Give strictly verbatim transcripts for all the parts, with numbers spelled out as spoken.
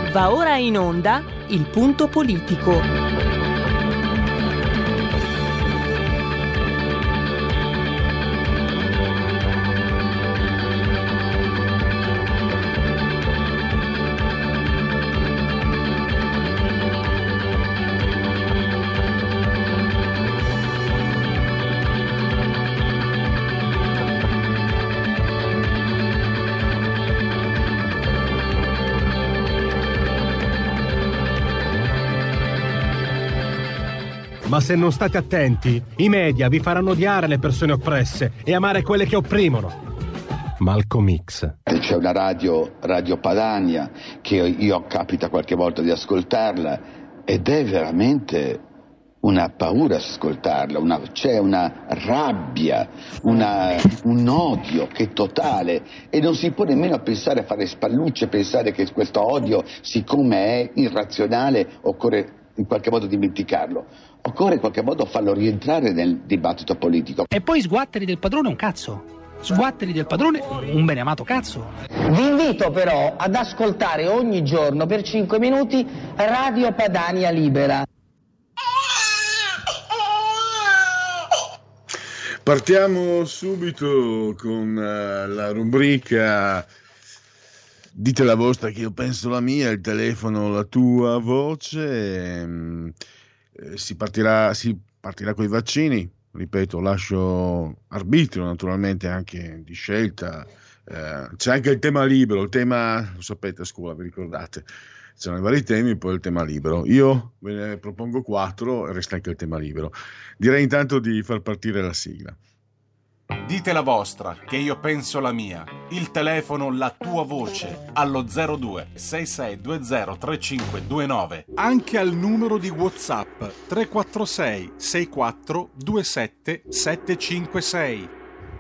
Va ora in onda Il Punto Politico. Ma se non state attenti, i media vi faranno odiare le persone oppresse e amare quelle che opprimono. Malcolm X. C'è una radio, Radio Padania, che io capita qualche volta di ascoltarla ed è veramente una paura ascoltarla, una, c'è una rabbia, una, un odio che è totale e non si può nemmeno pensare a fare spallucce, pensare che questo odio, siccome è irrazionale, occorre in qualche modo dimenticarlo. Occorre in qualche modo farlo rientrare nel dibattito politico. E poi sguatteri del padrone un cazzo. Sguatteri del padrone un beneamato cazzo. Vi invito però ad ascoltare ogni giorno per cinque minuti Radio Padania Libera. Partiamo subito con uh, la rubrica Dite la vostra che io penso la mia, il telefono la tua voce. Ehm, eh, si partirà si partirà con i vaccini, ripeto, lascio arbitrio naturalmente anche di scelta. Eh, c'è anche il tema libero, il tema, lo sapete a scuola, vi ricordate? C'erano i vari temi, poi il tema libero. Io ve ne propongo quattro e resta anche il tema libero. Direi intanto di far partire la sigla. Dite la vostra, che io penso la mia. Il telefono, la tua voce, allo zero due sei sei due zero tre cinque due nove. Anche al numero di WhatsApp tre quattro sei sei quattro due sette sette cinque sei.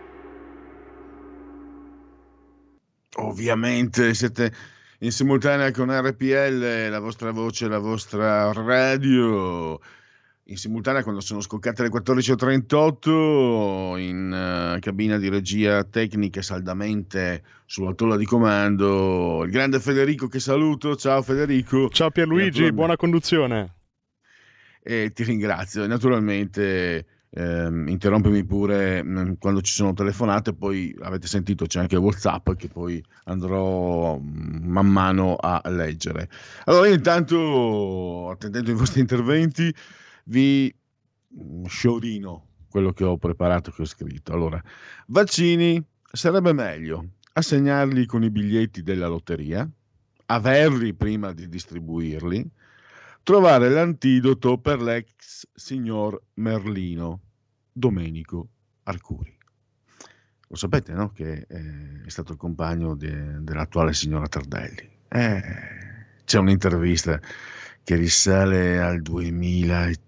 Ovviamente siete in simultanea con R P L, la vostra voce, la vostra radio. In simultanea quando sono scoccate le quattordici e trentotto in uh, cabina di regia tecnica saldamente sulla tolla di comando il grande Federico, che saluto. Ciao Federico. Ciao Pierluigi, buona conduzione. E ti ringrazio. E naturalmente ehm, interrompimi pure mh, quando ci sono telefonate, poi avete sentito c'è anche WhatsApp che poi andrò mh, man mano a leggere. Allora io intanto, attendendo i vostri interventi, vi sciorino quello che ho preparato, che ho scritto. Allora, vaccini, sarebbe meglio assegnarli con i biglietti della lotteria, averli prima di distribuirli, trovare l'antidoto per l'ex signor Merlino, Domenico Arcuri. Lo sapete, no? Che è stato il compagno de, dell'attuale signora Tardelli. Eh, c'è un'intervista che risale al duemilacinque,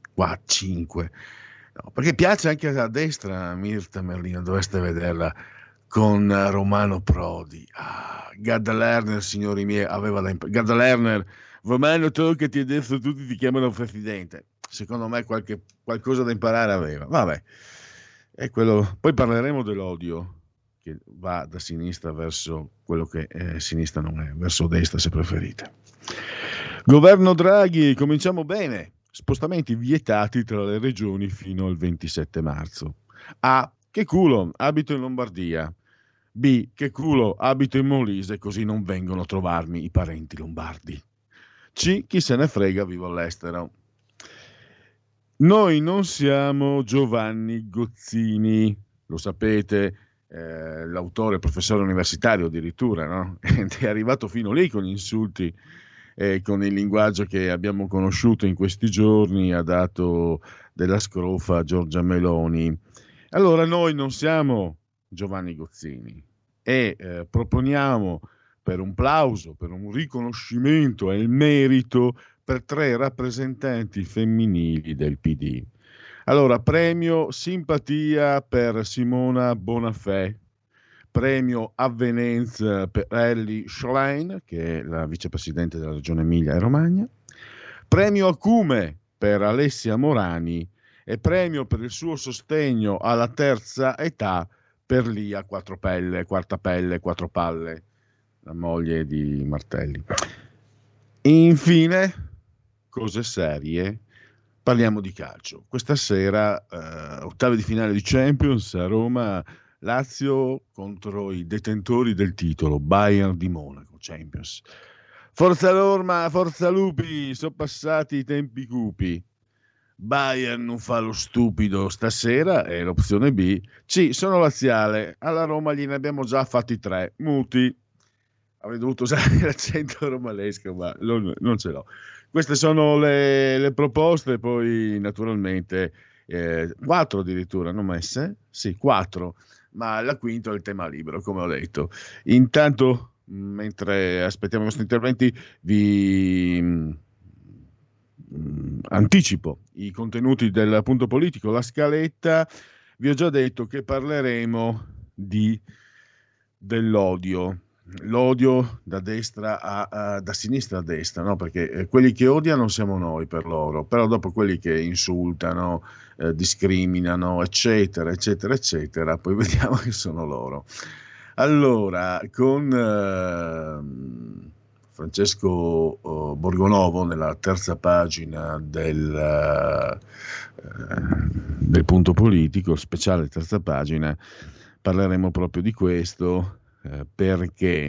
no, perché piace anche a destra Mirta Merlino, dovreste vederla con Romano Prodi. Ah, Gad Lerner, signori miei, aveva da imp- Gad Lerner, Romano, tu che ti adesso tutti ti chiamano presidente. Secondo me qualche, qualcosa da imparare aveva. Vabbè, è quello. Poi parleremo dell'odio che va da sinistra verso quello che eh, sinistra non è, verso destra se preferite. Governo Draghi, cominciamo bene. Spostamenti vietati tra le regioni fino al ventisette marzo. A. Che culo, abito in Lombardia. B. Che culo, abito in Molise, così non vengono a trovarmi i parenti lombardi. C. Chi se ne frega, vivo all'estero. Noi non siamo Giovanni Gozzini, lo sapete, eh, l'autore, professore universitario addirittura, no? È arrivato fino lì con insulti. E con il linguaggio che abbiamo conosciuto in questi giorni ha dato della scrofa a Giorgia Meloni. Allora noi non siamo Giovanni Gozzini e eh, proponiamo per un plauso, per un riconoscimento e il merito per tre rappresentanti femminili del P D. Allora, premio simpatia per Simona Bonafè, premio avvenenza per Elly Schlein, che è la vicepresidente della regione Emilia e Romagna, premio acume per Alessia Morani e premio per il suo sostegno alla terza età per Lia Quattropelle, Quartapelle, Quattropalle, la moglie di Martelli. Infine, cose serie, parliamo di calcio. Questa sera, eh, ottavi di finale di Champions a Roma, Lazio contro i detentori del titolo, Bayern di Monaco, Champions. Forza Roma, forza Lupi, sono passati i tempi cupi. Bayern non fa lo stupido stasera, è l'opzione B. C, sono laziale, alla Roma gliene abbiamo già fatti tre, muti. Avrei dovuto usare l'accento romanesco, ma non, non ce l'ho. Queste sono le, le proposte, poi naturalmente eh, quattro addirittura, non messe? Sì, quattro, ma la quinta è il tema libero, come ho detto. Intanto, mentre aspettiamo i vostri interventi, vi mh, anticipo i contenuti del punto politico, la scaletta. Vi ho già detto che parleremo di dell'odio. L'odio da destra a, a da sinistra a destra, no? Perché eh, quelli che odiano siamo noi per loro, però dopo quelli che insultano, eh, discriminano, eccetera, eccetera, eccetera, poi vediamo che sono loro. Allora, con eh, Francesco oh, Borgonovo, nella terza pagina del, eh, del punto politico, speciale terza pagina, parleremo proprio di questo. Eh, perché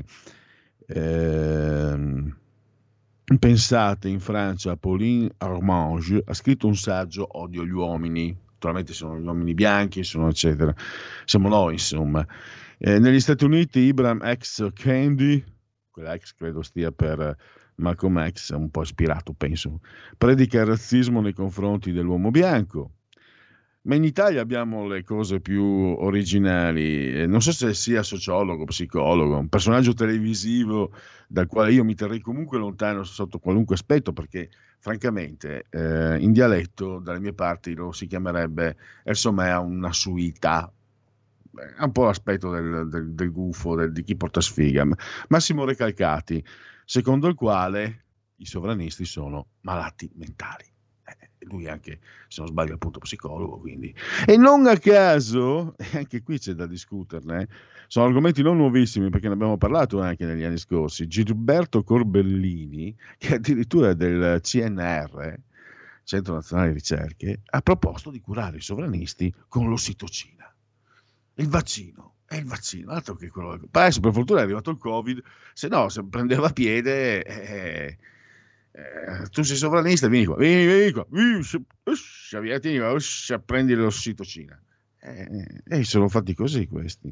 eh, pensate, in Francia Pauline Armange ha scritto un saggio Odio gli uomini, naturalmente sono gli uomini bianchi, sono eccetera, siamo noi insomma. Eh, negli Stati Uniti Ibram X Kendi, quella X credo stia per Malcolm X, un po' ispirato penso, predica il razzismo nei confronti dell'uomo bianco. Ma in Italia abbiamo le cose più originali, non so se sia sociologo, psicologo, un personaggio televisivo dal quale io mi terrei comunque lontano sotto qualunque aspetto, perché francamente eh, in dialetto dalle mie parti lo si chiamerebbe insomma una suita, è un po' l'aspetto del, del, del gufo, del, di chi porta sfiga. Massimo Recalcati, secondo il quale i sovranisti sono malati mentali. Lui anche, se non sbaglio, appunto psicologo, quindi. E non a caso, e anche qui c'è da discuterne, sono argomenti non nuovissimi perché ne abbiamo parlato anche negli anni scorsi. Gilberto Corbellini, che addirittura del C N R, Centro Nazionale di Ricerche, ha proposto di curare i sovranisti con l'ossitocina. Il vaccino, è il vaccino, altro che quello. Adesso per fortuna è arrivato il Covid, se no, se prendeva piede... Eh, Eh, tu sei sovranista, vieni qua, vieni, vieni qua, uscia, uscia, vieni qua, uscia, prendi l'ossitocina. E eh, eh, sono fatti così questi.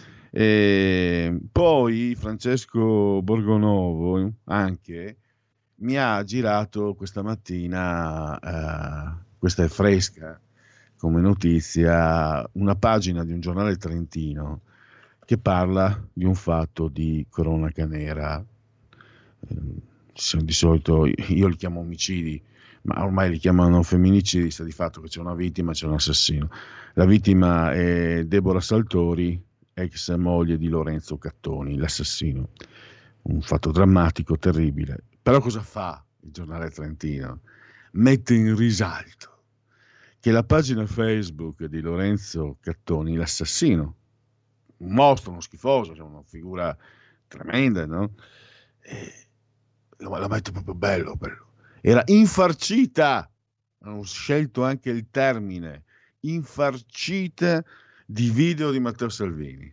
E poi Francesco Borgonovo anche mi ha girato questa mattina, eh, questa è fresca come notizia, una pagina di un giornale trentino che parla di un fatto di cronaca nera. Eh, di solito io li chiamo omicidi, ma ormai li chiamano femminicidi, sta di fatto che c'è una vittima, c'è un assassino. La vittima è Deborah Saltori, ex moglie di Lorenzo Cattoni, l'assassino. Un fatto drammatico, terribile. Però cosa fa il giornale trentino? Mette in risalto che la pagina Facebook di Lorenzo Cattoni, l'assassino, un mostro, uno schifoso, cioè una figura tremenda, no? E la mette proprio bello, bello. Era infarcita, hanno scelto anche il termine, infarcita di video di Matteo Salvini.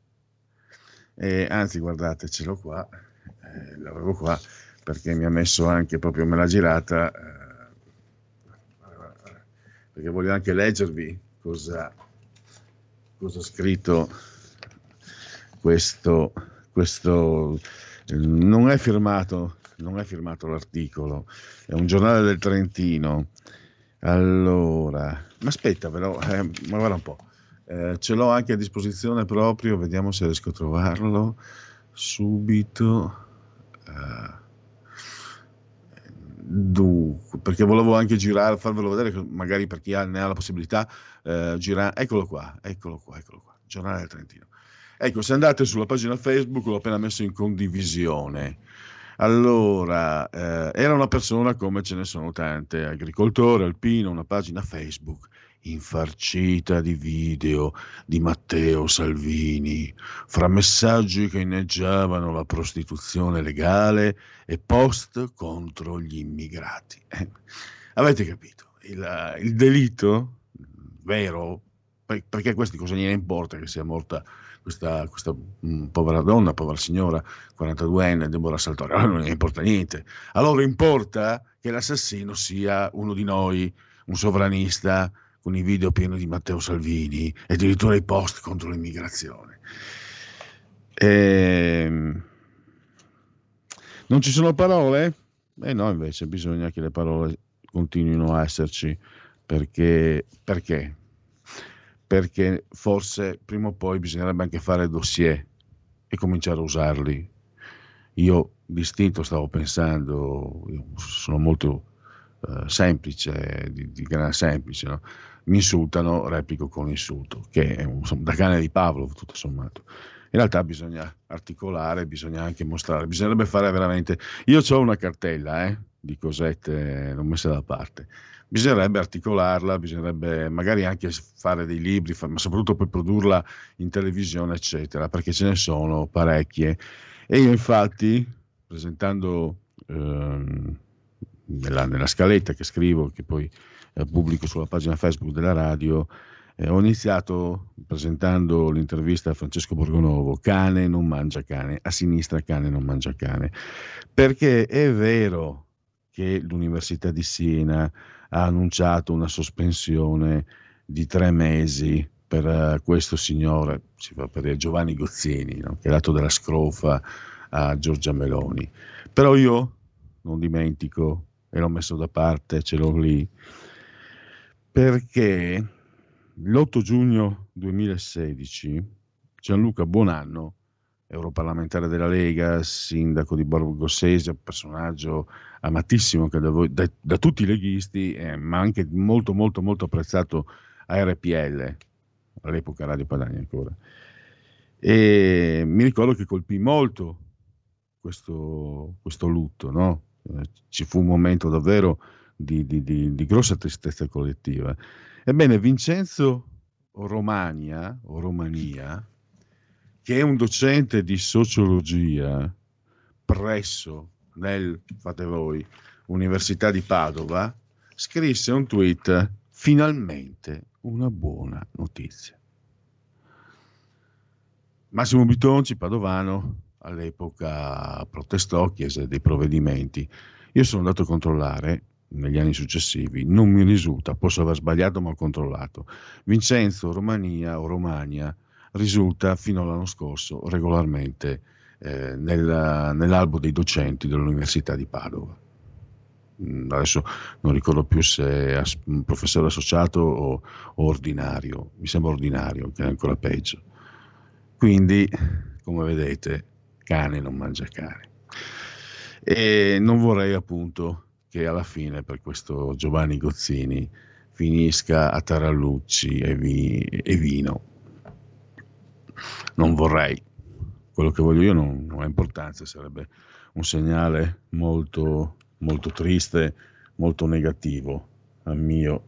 E, anzi, guardate, ce l'ho qua, eh, l'avevo qua, perché mi ha messo anche proprio, me l'ha girata, eh, perché voglio anche leggervi cosa, cosa ha scritto questo, questo, non è firmato, non è firmato l'articolo, è un giornale del Trentino. Allora, ma aspetta però, eh, ma guarda un po', eh, ce l'ho anche a disposizione proprio, vediamo se riesco a trovarlo subito. Uh, dunque, perché volevo anche girare, farvelo vedere, magari per chi ha, ne ha la possibilità, eh, girare, eccolo qua, eccolo qua, eccolo qua, giornale del Trentino. Ecco, se andate sulla pagina Facebook l'ho appena messo in condivisione. Allora, eh, era una persona come ce ne sono tante, agricoltore, alpino, una pagina Facebook, infarcita di video di Matteo Salvini, fra messaggi che inneggiavano la prostituzione legale e post contro gli immigrati. Eh, avete capito? Il, il delitto vero, perché a questi cosa gliene importa che sia morta questa, questa mh, povera donna, povera signora, quarantaduenne, Deborah Saltori? A loro non gli importa niente. A loro importa che l'assassino sia uno di noi, un sovranista, con i video pieni di Matteo Salvini e addirittura i post contro l'immigrazione. Ehm... Non ci sono parole? Eh no, invece bisogna che le parole continuino a esserci, perché, perché? Perché forse prima o poi bisognerebbe anche fare dossier e cominciare a usarli. Io d'istinto stavo pensando, io sono molto uh, semplice, di, di gran semplice, no? Mi insultano, replico con insulto, che è un, da cane di Pavlov tutto sommato. In realtà bisogna articolare, bisogna anche mostrare, bisognerebbe fare veramente... Io ho una cartella eh, di cosette non messe da parte, bisognerebbe articolarla, bisognerebbe magari anche fare dei libri, ma soprattutto poi produrla in televisione, eccetera, perché ce ne sono parecchie. E io infatti, presentando ehm, nella, nella scaletta che scrivo, che poi eh, pubblico sulla pagina Facebook della radio, Eh, ho iniziato presentando l'intervista a Francesco Borgonovo, cane non mangia cane, a sinistra cane non mangia cane, perché è vero che l'Università di Siena ha annunciato una sospensione di tre mesi per uh, questo signore, si fa per dire Giovanni Gozzini, no? Che ha dato della scrofa a Giorgia Meloni, però io non dimentico, e l'ho messo da parte, ce l'ho lì, perché l'otto giugno duemilasedici Gianluca Buonanno, europarlamentare della Lega, sindaco di Borgo Sesia, personaggio amatissimo che da, voi, da, da tutti i leghisti, eh, ma anche molto molto molto apprezzato a R P L, all'epoca Radio Padania ancora. E mi ricordo che colpì molto questo, questo lutto, no? Eh, ci fu un momento davvero di, di, di, di grossa tristezza collettiva. Ebbene, Vincenzo Romagna, o Romania, che è un docente di sociologia presso, nel, fate voi, Università di Padova, scrisse un tweet: finalmente una buona notizia. Massimo Bitonci, padovano, all'epoca protestò, chiese dei provvedimenti. Io sono andato a controllare negli anni successivi, non mi risulta, posso aver sbagliato ma ho controllato. Vincenzo Romania o Romagna risulta fino all'anno scorso regolarmente eh, nel, nell'albo dei docenti dell'Università di Padova. Adesso non ricordo più se è un professore associato o, o ordinario, mi sembra ordinario, che è ancora peggio. Quindi, come vedete, cane non mangia cane. E non vorrei appunto che alla fine per questo Giovanni Gozzini finisca a tarallucci e, vi, e vino. Non vorrei. Quello che voglio io non, non ha importanza, sarebbe un segnale molto, molto triste, molto negativo, a mio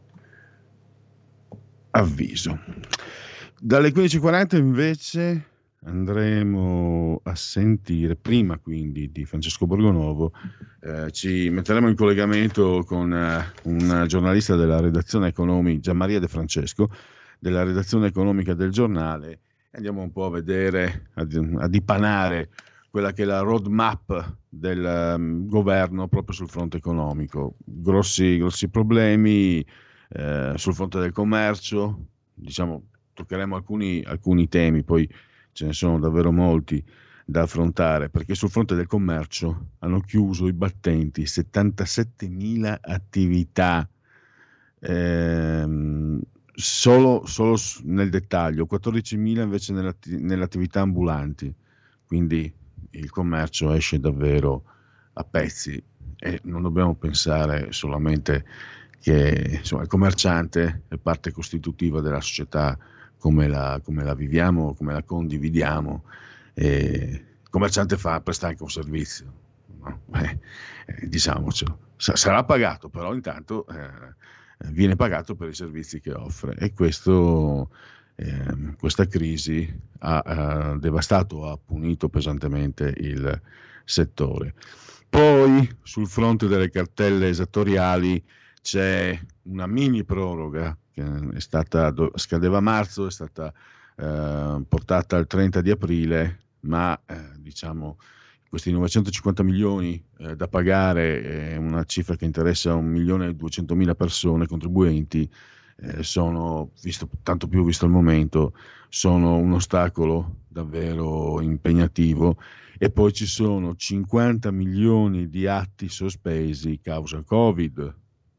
avviso. Dalle quindici e quaranta invece andremo a sentire, prima quindi di Francesco Borgonovo, eh, ci metteremo in collegamento con eh, un giornalista della redazione economica, Gianmaria De Francesco, della redazione economica del giornale, e andiamo un po' a vedere, a, a dipanare quella che è la roadmap del um, governo proprio sul fronte economico. Grossi, grossi problemi eh, sul fronte del commercio, diciamo, toccheremo alcuni, alcuni temi, poi ce ne sono davvero molti da affrontare, perché sul fronte del commercio hanno chiuso i battenti settantasettemila attività, ehm, solo, solo nel dettaglio, quattordicimila invece nelle attività ambulanti, quindi il commercio esce davvero a pezzi e non dobbiamo pensare solamente che insomma, il commerciante è parte costitutiva della società come la, come la viviamo, come la condividiamo. E il commerciante fa, presta anche un servizio, no? eh, eh, diciamocelo, S- sarà pagato, però intanto eh, viene pagato per i servizi che offre, e questo, eh, questa crisi ha, ha devastato, ha punito pesantemente il settore. Poi sul fronte delle cartelle esattoriali c'è una mini proroga che è stata, scadeva a marzo, è stata eh, portata al trenta di aprile, ma eh, diciamo questi novecentocinquanta milioni eh, da pagare è una cifra che interessa un milione e duecentomila persone contribuenti, eh, sono, visto, tanto più visto il momento, sono un ostacolo davvero impegnativo. E poi ci sono cinquanta milioni di atti sospesi causa Covid,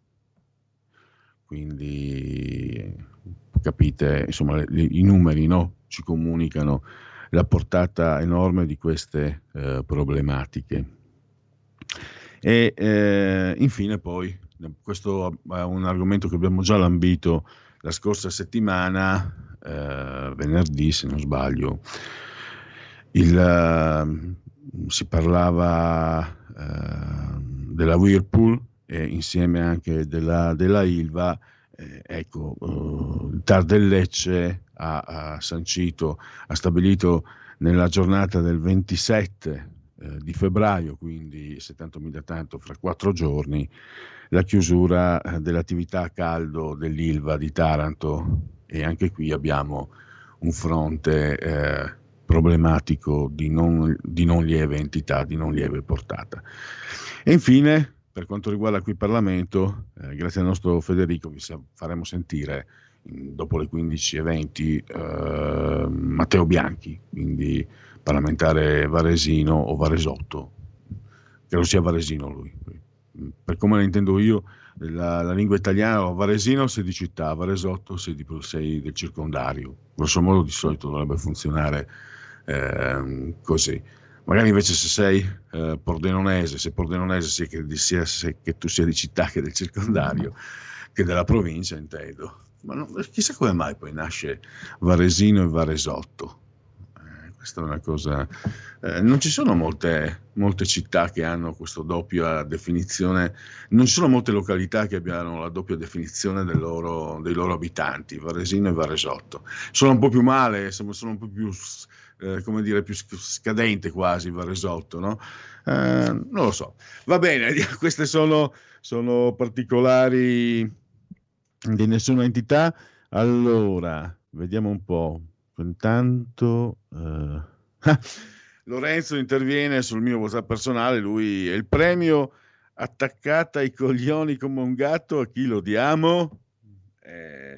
quindi capite, insomma, le, i numeri, no, ci comunicano la portata enorme di queste eh, problematiche. E eh, infine poi, questo è un argomento che abbiamo già lambito la scorsa settimana, eh, venerdì se non sbaglio, il, uh, si parlava uh, della Whirlpool e insieme anche della, della Ilva. Eh, ecco, uh, il T A R del Lecce ha, ha sancito, ha stabilito nella giornata del ventisette eh, di febbraio, quindi se tanto mi dà tanto, fra quattro giorni, la chiusura eh, dell'attività a caldo dell'Ilva di Taranto, e anche qui abbiamo un fronte eh, problematico di non, di non lieve entità, di non lieve portata. E infine, per quanto riguarda qui il Parlamento, eh, grazie al nostro Federico vi faremo sentire dopo le quindici e venti eh, Matteo Bianchi, quindi parlamentare varesino o varesotto, credo sia varesino lui, per come la intendo io, la, la lingua italiana, varesino sei di città, varesotto sei, di, sei del circondario, grosso modo di solito dovrebbe funzionare eh, così. Magari invece se sei eh, pordenonese, se pordenonese sia che, sia se, che tu sia di città che del circondario, che della provincia intendo. Ma non, chissà come mai poi nasce varesino e varesotto. Eh, questa è una cosa. Eh, non ci sono molte, molte città che hanno questa doppia definizione, non ci sono molte località che abbiano la doppia definizione del loro, dei loro abitanti, varesino e varesotto. Sono un po' più male, sono, sono un po' più. Eh, come dire, più scadente quasi Varesotto, no? Eh, non lo so. Va bene, queste sono, sono particolari di nessuna entità. Allora, vediamo un po'. Intanto eh... Lorenzo interviene sul mio WhatsApp personale, lui è il premio attaccata ai coglioni come un gatto, a chi lo diamo? Eh,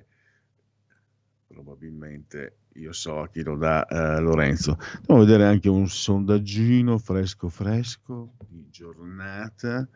probabilmente io so a chi lo dà eh, Lorenzo. Andiamo a vedere anche un sondaggino fresco fresco di giornata.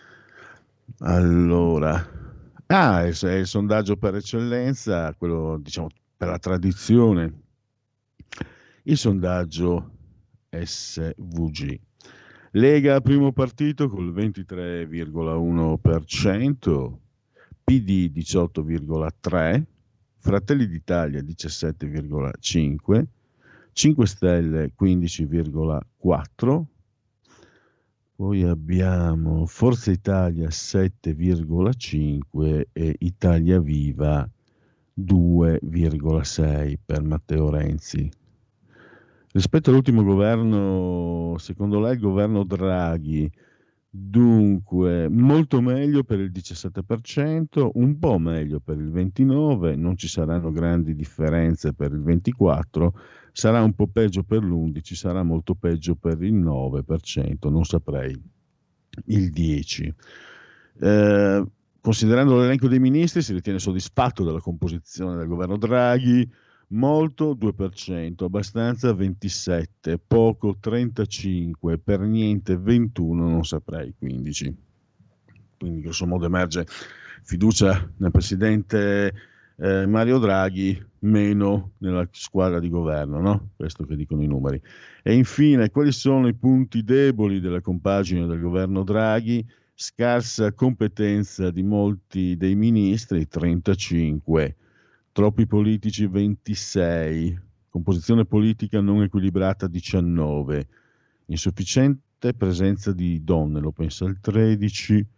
Allora, ah, è, è il sondaggio per eccellenza, quello diciamo per la tradizione, il sondaggio S V G. Lega primo partito col ventitré virgola uno per cento, P D diciotto virgola tre per cento, Fratelli d'Italia diciassette virgola cinque per cento, cinque Stelle quindici virgola quattro per cento, poi abbiamo Forza Italia sette virgola cinque per cento e Italia Viva due virgola sei per cento per Matteo Renzi. Rispetto all'ultimo governo, secondo lei il governo Draghi, dunque molto meglio per il diciassette per cento, un po' meglio per il ventinove per cento, non ci saranno grandi differenze per il ventiquattro per cento, sarà un po' peggio per l'undici per cento, sarà molto peggio per il nove per cento, non saprei il dieci per cento. Eh, considerando l'elenco dei ministri, si ritiene soddisfatto della composizione del governo Draghi, molto due per cento, abbastanza ventisette per cento, poco trentacinque per cento, per niente ventuno per cento, non saprei quindici per cento. Quindi grosso modo emerge fiducia nel presidente eh, Mario Draghi, meno nella squadra di governo, no? Questo che dicono i numeri. E infine, quali sono i punti deboli della compagine del governo Draghi? Scarsa competenza di molti dei ministri, trentacinque, troppi politici, ventisei, composizione politica non equilibrata, diciannove, insufficiente presenza di donne, lo pensa il tredici,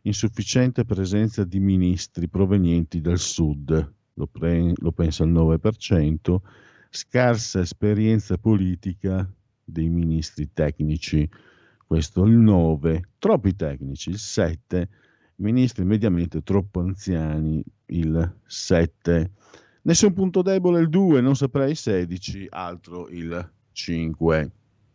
insufficiente presenza di ministri provenienti dal sud, lo, pre- lo pensa il nove per cento, scarsa esperienza politica dei ministri tecnici, questo il nove, troppi tecnici, il sette, ministri mediamente troppo anziani, il sette, nessun punto debole il due, non saprei il sedici, altro il cinque.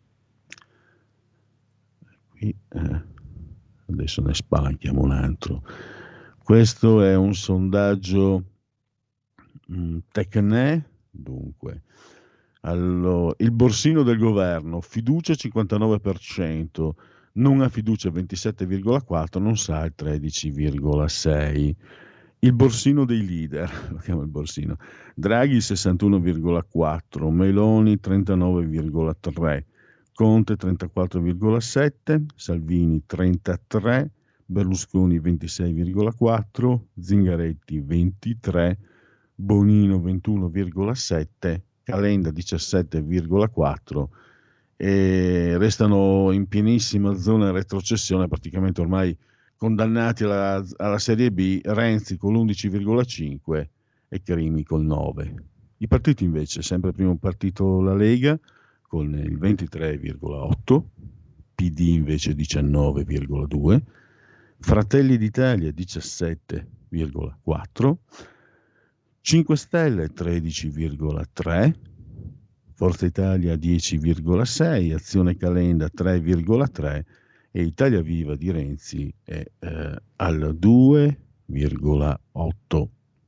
Qui, eh, adesso ne spalanchiamo un altro. Questo è un sondaggio mh, Tecne, dunque. Allora, il borsino del governo, fiducia cinquantanove per cento, non ha fiducia ventisette virgola quattro, non sa il tredici virgola sei. Il borsino dei leader, lo chiamo il borsino, Draghi sessantuno virgola quattro, Meloni trentanove virgola tre, Conte trentaquattro virgola sette, Salvini trentatré, Berlusconi ventisei virgola quattro, Zingaretti ventitré, Bonino ventuno virgola sette, Calenda diciassette virgola quattro, e restano in pienissima zona retrocessione, praticamente ormai condannati alla, alla Serie B, Renzi con l'undici virgola cinque e Crimi col nove. I partiti invece, sempre primo partito la Lega con il ventitré virgola otto, P D invece diciannove virgola due, Fratelli d'Italia diciassette virgola quattro, cinque Stelle tredici virgola tre, Forza Italia dieci virgola sei, Azione Calenda tre virgola tre e Italia Viva di Renzi è eh, al due virgola otto.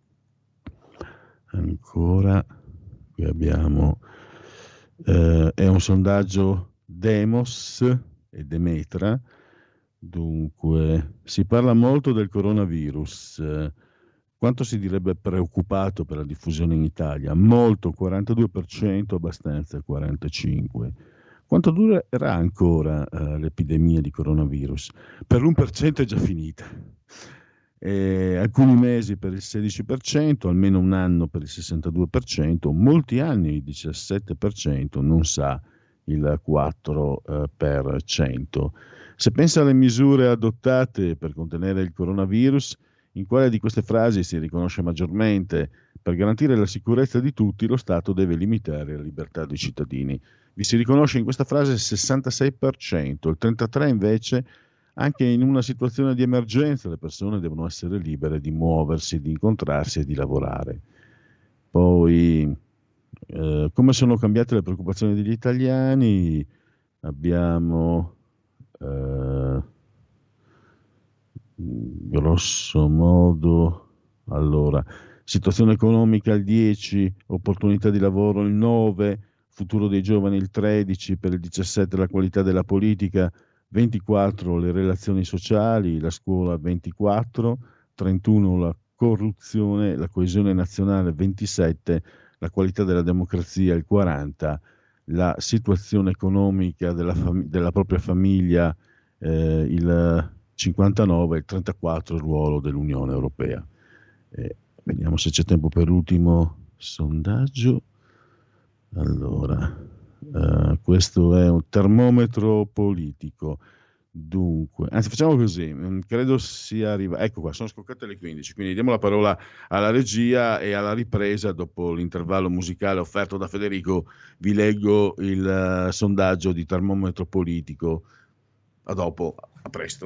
Ancora, qui abbiamo, eh, è un sondaggio Demos e Demetra, dunque si parla molto del coronavirus. Eh, Quanto si direbbe preoccupato per la diffusione in Italia? Molto, quarantadue per cento, abbastanza, quarantacinque per cento. Quanto durerà ancora uh, l'epidemia di coronavirus? Per l'uno per cento è già finita. E alcuni mesi per il sedici per cento, almeno un anno per il sessantadue per cento, molti anni il diciassette per cento, non sa il quattro per cento. Se pensa alle misure adottate per contenere il coronavirus, in quale di queste frasi si riconosce maggiormente? Per garantire la sicurezza di tutti, lo Stato deve limitare la libertà dei cittadini. Vi si riconosce in questa frase il sessantasei per cento, il trentatré per cento invece, anche in una situazione di emergenza le persone devono essere libere di muoversi, di incontrarsi e di lavorare. Poi, eh, come sono cambiate le preoccupazioni degli italiani? Abbiamo... Eh, grosso modo, allora, situazione economica il dieci, opportunità di lavoro il nove, futuro dei giovani il tredici, per il diciassette la qualità della politica, ventiquattro le relazioni sociali, la scuola ventiquattro, trentuno la corruzione, la coesione nazionale ventisette, la qualità della democrazia il quaranta, la situazione economica della, fam- della propria famiglia eh, il cinquantanove, il trentaquattro il ruolo dell'Unione Europea. Eh, vediamo se c'è tempo per l'ultimo sondaggio. Allora, eh, questo è un termometro politico. Dunque, anzi facciamo così, credo sia arrivato, ecco qua, sono scoccate le quindici, quindi diamo la parola alla regia e alla ripresa, dopo l'intervallo musicale offerto da Federico, vi leggo il uh, sondaggio di termometro politico. A dopo, a presto.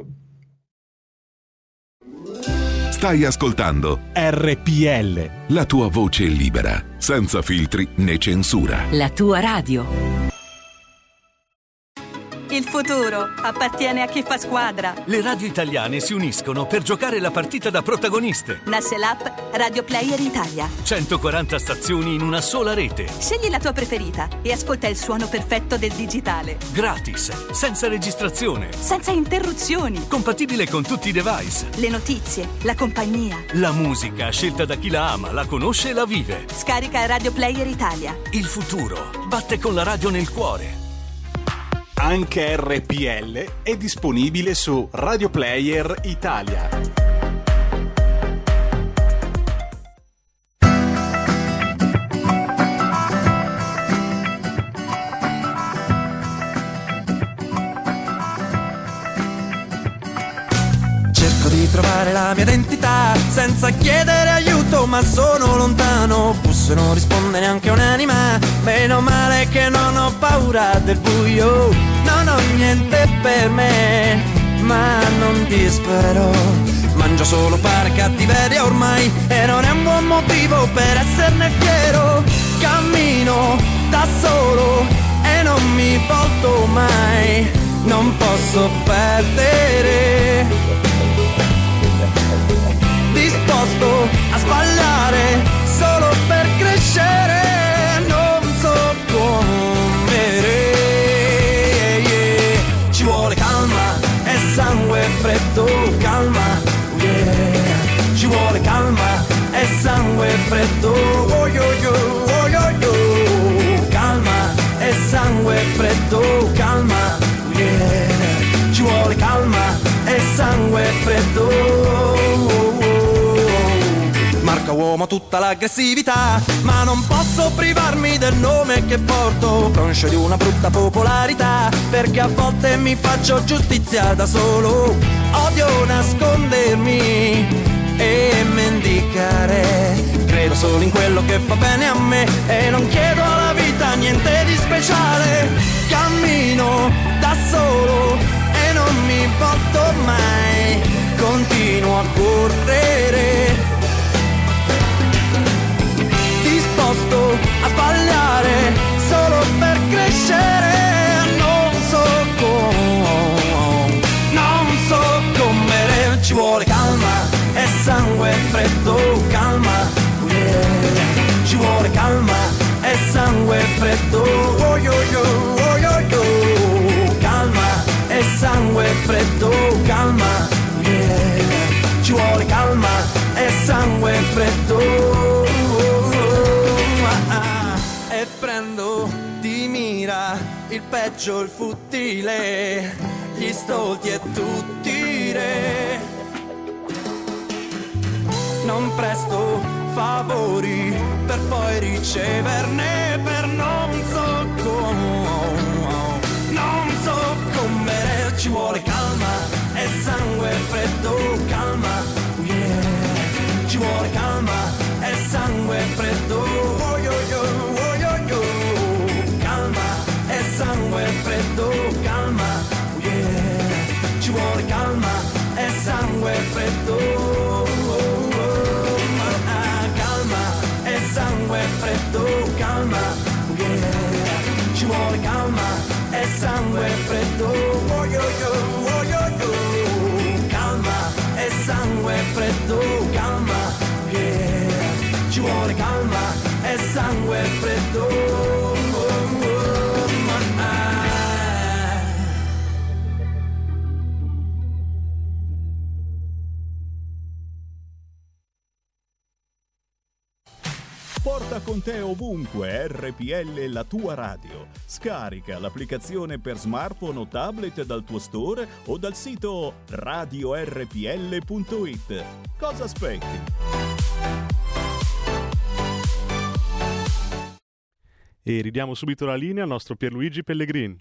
Stai ascoltando R P L, la tua voce libera, senza filtri né censura. la tua radio. Il futuro appartiene a chi fa squadra. Le radio italiane si uniscono per giocare la partita da protagoniste. Nasce l'app Radio Player Italia. centoquaranta stazioni in una sola rete. Scegli la tua preferita e ascolta il suono perfetto del digitale. Gratis, senza registrazione, senza interruzioni. compatibile con tutti i device. Le notizie, la compagnia. La musica scelta da chi la ama, la conosce e la vive. Scarica Radio Player Italia. Il futuro batte con la radio nel cuore. Anche R P L è disponibile su Radio Player Italia. Cerco di ritrovare la mia identità senza chiedere aiuto, ma sono lontano. Busso e non risponde neanche un'anima. Meno male che non ho paura del buio. Non ho niente per me, ma non dispero. Mangio solo pane e cattiveria ormai, e non è un buon motivo per esserne fiero. Cammino da solo e non mi volto mai, non posso perdere. Disposto a sbagliare solo per crescere, non so come. Ci vuole calma e sangue freddo, calma, yeah. Ci vuole calma e sangue freddo, oh yo yo, oh yo yo. Calma e sangue freddo, calma, yeah. Ci vuole calma e sangue freddo. Marca uomo tutta l'aggressività, ma non posso privarmi del nome che porto, conscio di una brutta popolarità, perché a volte mi faccio giustizia da solo. Odio nascondermi e mendicare, credo solo in quello che fa bene a me e non chiedo alla vita niente di speciale. Cammino da solo e non mi volto mai, continuo a correre, disposto a sbagliare solo per crescere, non so come, non so come. Ci vuole calma e sangue freddo, calma, yeah. Ci vuole calma e sangue freddo, oh yo yo, oh yo yo. Calma e sangue freddo, calma, yeah. Ci vuole calma e sangue freddo. E prendo di mira il peggio, il futile, gli stolti e tutti re. Non presto favori per poi riceverne, per non so come, non so come. Ci vuole calma e sangue freddo, calma, yeah. Ci vuole calma e sangue freddo, oh yo yo. Sangue freddo, calma, yeah. Ci vuole calma e sangue freddo, oh, oh. Ah, calma e sangue freddo, calma, yeah. Ci vuole calma e sangue freddo, oh yo yo, oh yo yo. Calma e sangue freddo, calma, yeah. Ci vuole calma e sangue freddo, oh, oh. Porta con te ovunque R P L, la tua radio. Scarica l'applicazione per smartphone o tablet dal tuo store o dal sito radio r p l punto i t. Cosa aspetti? E ridiamo subito la linea al nostro Pierluigi Pellegrin.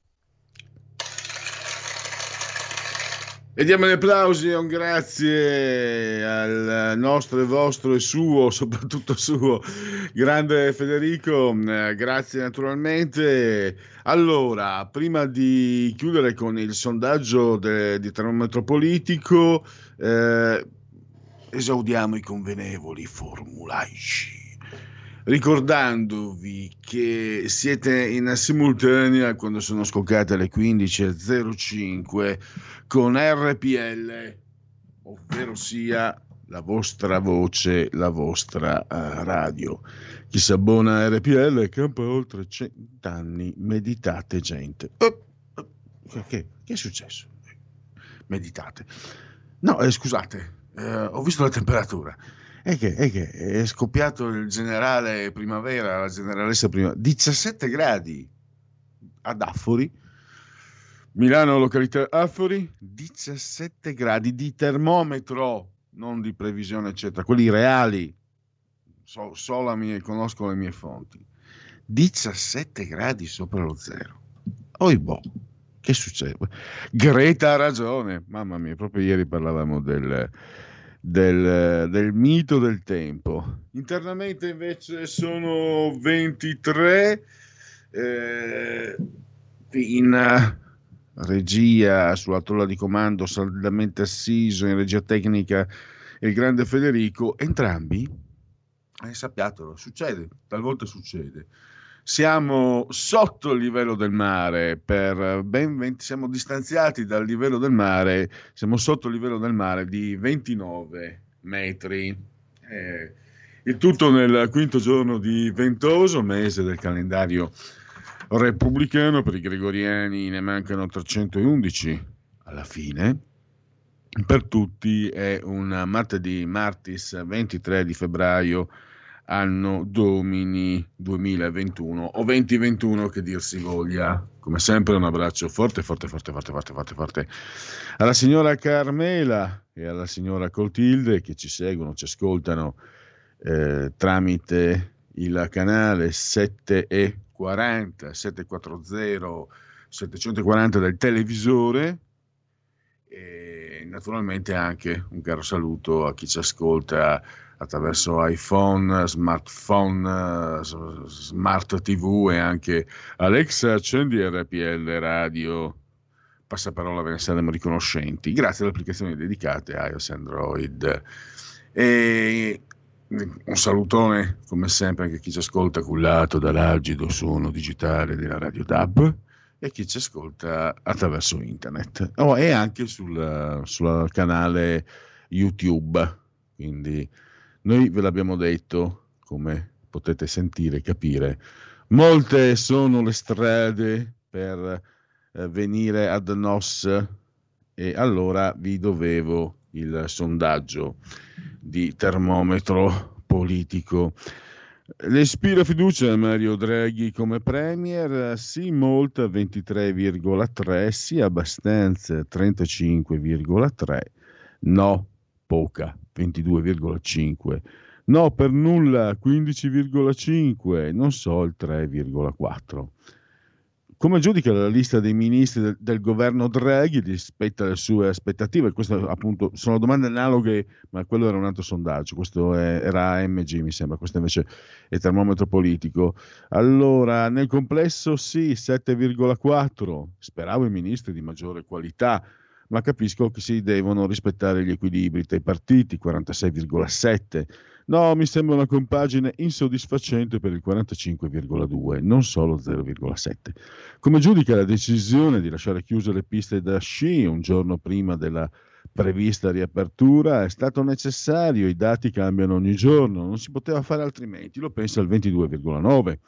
E diamo gli applausi e un grazie al nostro e vostro e suo, soprattutto suo, grande Federico, grazie naturalmente. Allora, prima di chiudere con il sondaggio de, di termometro politico, eh, esaudiamo i convenevoli formulaici, ricordandovi che siete in simultanea quando sono scoccate le quindici e zero cinque con R P L, ovvero sia la vostra voce, la vostra uh, radio. Chi si abbona a R P L campa oltre cent'anni. Meditate, gente. Oh, oh, che, che è successo? Meditate. No, eh, scusate, eh, ho visto la temperatura. È che, è che è scoppiato il generale primavera, la generalessa primavera. diciassette gradi ad Affori. Milano, località Affori, diciassette gradi di termometro, non di previsione, eccetera, quelli reali. So, so la mia, conosco le mie fonti. diciassette gradi sopra lo zero. Oibò, Che succede? Greta ha ragione, mamma mia, proprio ieri parlavamo del, del, del mito del tempo. Internamente invece sono ventitré, eh, in regia, sulla tolla di comando, saldamente assiso in regia tecnica il grande Federico, entrambi, eh, sappiatelo, succede, talvolta succede. Siamo sotto il livello del mare per ben venti, siamo distanziati dal livello del mare, siamo sotto il livello del mare di ventinove metri. Eh, il tutto nel quinto giorno di ventoso mese del calendario repubblicano. Per i gregoriani ne mancano trecentoundici alla fine. Per tutti è un martedì, martis ventitré di febbraio, anno domini duemilaventuno o duemilaventuno che dir si voglia. Come sempre un abbraccio forte forte forte forte forte forte forte alla signora Carmela e alla signora Coltilde che ci seguono, ci ascoltano eh, tramite il canale sette e quaranta settecentoquaranta settecentoquaranta del televisore, e naturalmente anche un caro saluto a chi ci ascolta attraverso iPhone, smartphone, smart tivù, e anche Alexa, accendi R P L Radio. Passaparola, ve ne saremo riconoscenti. Grazie alle applicazioni dedicate a iOS e Android. E un salutone, come sempre, anche a chi ci ascolta cullato dall'algido suono digitale della Radio D A B e chi ci ascolta attraverso internet. Oh, e anche sul, sul canale YouTube. Quindi noi ve l'abbiamo detto, come potete sentire e capire, molte sono le strade per eh, venire ad nos, e allora vi dovevo il sondaggio di termometro politico. Le ispira fiducia a Mario Draghi come premier? Sì, molta, ventitré virgola tre, sì, abbastanza, trentacinque virgola tre, no, poca, ventidue virgola cinque, no, per nulla, quindici virgola cinque, non so, il tre virgola quattro. Come giudica la lista dei ministri del, del governo Draghi rispetto alle sue aspettative? Queste appunto sono domande analoghe, ma quello era un altro sondaggio, questo è, era A M G mi sembra, questo invece è termometro politico. Allora, nel complesso sì, sette virgola quattro, speravo i ministri di maggiore qualità, ma capisco che si devono rispettare gli equilibri tra i partiti, quarantasei virgola sette. No, mi sembra una compagine insoddisfacente per il quarantacinque virgola due, non solo zero virgola sette. Come giudica la decisione di lasciare chiuse le piste da sci un giorno prima della prevista riapertura? È stato necessario, i dati cambiano ogni giorno, non si poteva fare altrimenti, lo pensa il ventidue virgola nove.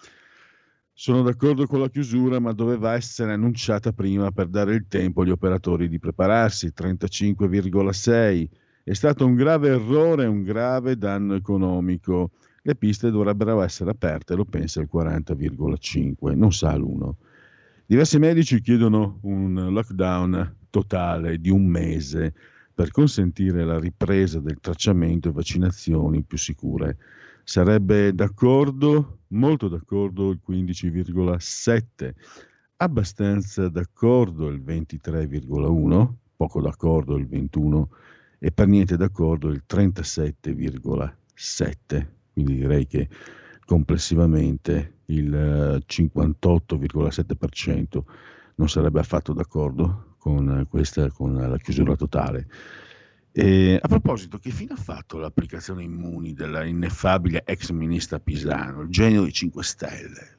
Sono d'accordo con la chiusura, ma doveva essere annunciata prima per dare il tempo agli operatori di prepararsi, trentacinque virgola sei. È stato un grave errore, un grave danno economico. Le piste dovrebbero essere aperte, lo pensa il quaranta virgola cinque, non sa l'uno. Diversi medici chiedono un lockdown totale di un mese per consentire la ripresa del tracciamento e vaccinazioni più sicure. Sarebbe d'accordo, molto d'accordo il quindici virgola sette, abbastanza d'accordo il ventitré virgola uno, poco d'accordo il ventuno e per niente d'accordo il trentasette virgola sette. Quindi direi che complessivamente il cinquantotto virgola sette per cento non sarebbe affatto d'accordo con questa, con la chiusura totale. E a proposito, che fine ha fatto l'applicazione Immuni della ineffabile ex ministra Pisano, il genio dei cinque Stelle?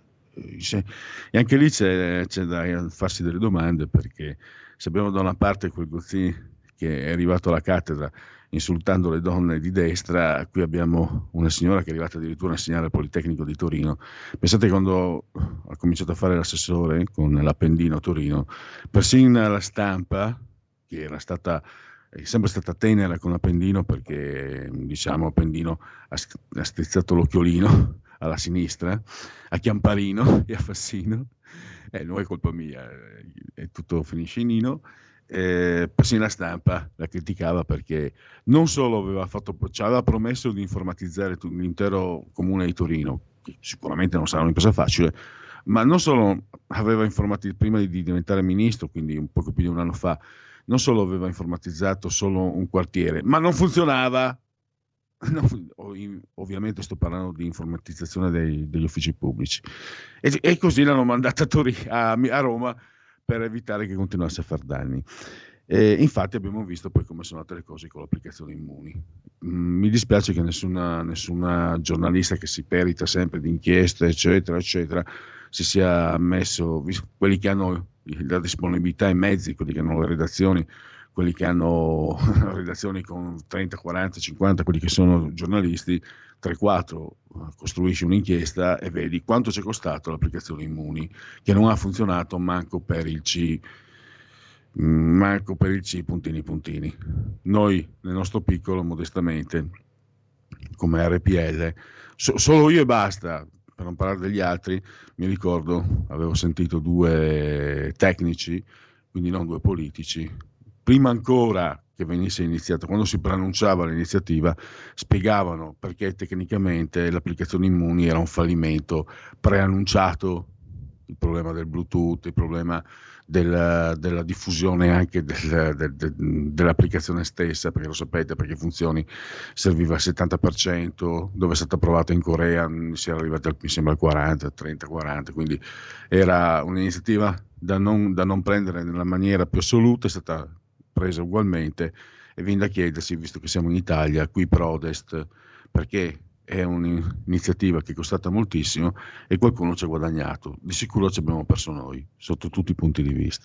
E anche lì c'è, c'è da farsi delle domande, perché se abbiamo da una parte quel Gozzini che è arrivato alla cattedra insultando le donne di destra, qui abbiamo una signora che è arrivata addirittura a insegnare al Politecnico di Torino. Pensate, quando ha cominciato a fare l'assessore con l'Appendino a Torino, persino la Stampa, che era stata è sempre stata tenera con Appendino, perché diciamo Appendino ha, ha strizzato l'occhiolino alla sinistra, a Chiamparino e a Fassino, eh, non è colpa mia, è tutto finisce in Nino. Eh, persino la Stampa la criticava perché non solo aveva fatto, ci aveva promesso di informatizzare l'intero comune di Torino, che sicuramente non sarà un'impresa facile, ma non solo aveva informatizzato, prima di diventare ministro, quindi un poco più di un anno fa, non solo aveva informatizzato solo un quartiere, ma non funzionava. No, ovviamente sto parlando di informatizzazione dei, degli uffici pubblici, e, e così l'hanno mandata a, Tor- a, a Roma per evitare che continuasse a far danni. E infatti abbiamo visto poi come sono andate le cose con l'applicazione Immuni. Mm, mi dispiace che nessuna, nessuna giornalista che si perita sempre di inchieste eccetera eccetera si sia messo, quelli che hanno la disponibilità e mezzi, quelli che hanno le redazioni, quelli che hanno redazioni con trenta, quaranta, cinquanta, quelli che sono giornalisti, tre quattro, costruisci un'inchiesta e vedi quanto ci è costato l'applicazione Immuni, che non ha funzionato manco per il C, manco per il C puntini puntini. Noi nel nostro piccolo, modestamente, come R P L, so, solo io e basta, per non parlare degli altri, mi ricordo, avevo sentito due tecnici, quindi non due politici, prima ancora che venisse iniziata, quando si preannunciava l'iniziativa, spiegavano perché tecnicamente l'applicazione Immuni era un fallimento preannunciato, il problema del Bluetooth, il problema della, della diffusione anche del, del, del, dell'applicazione stessa, perché lo sapete, perché funzioni serviva al settanta per cento, dove è stata approvata in Corea si era arrivati al, mi sembra al quaranta, trenta, quaranta, quindi era un'iniziativa da non, da non prendere nella maniera più assoluta, è stata presa ugualmente, e viene da chiedersi, visto che siamo in Italia, qui prodest, perché è un'iniziativa che è costata moltissimo e qualcuno ci ha guadagnato. Di sicuro ci abbiamo perso noi, sotto tutti i punti di vista.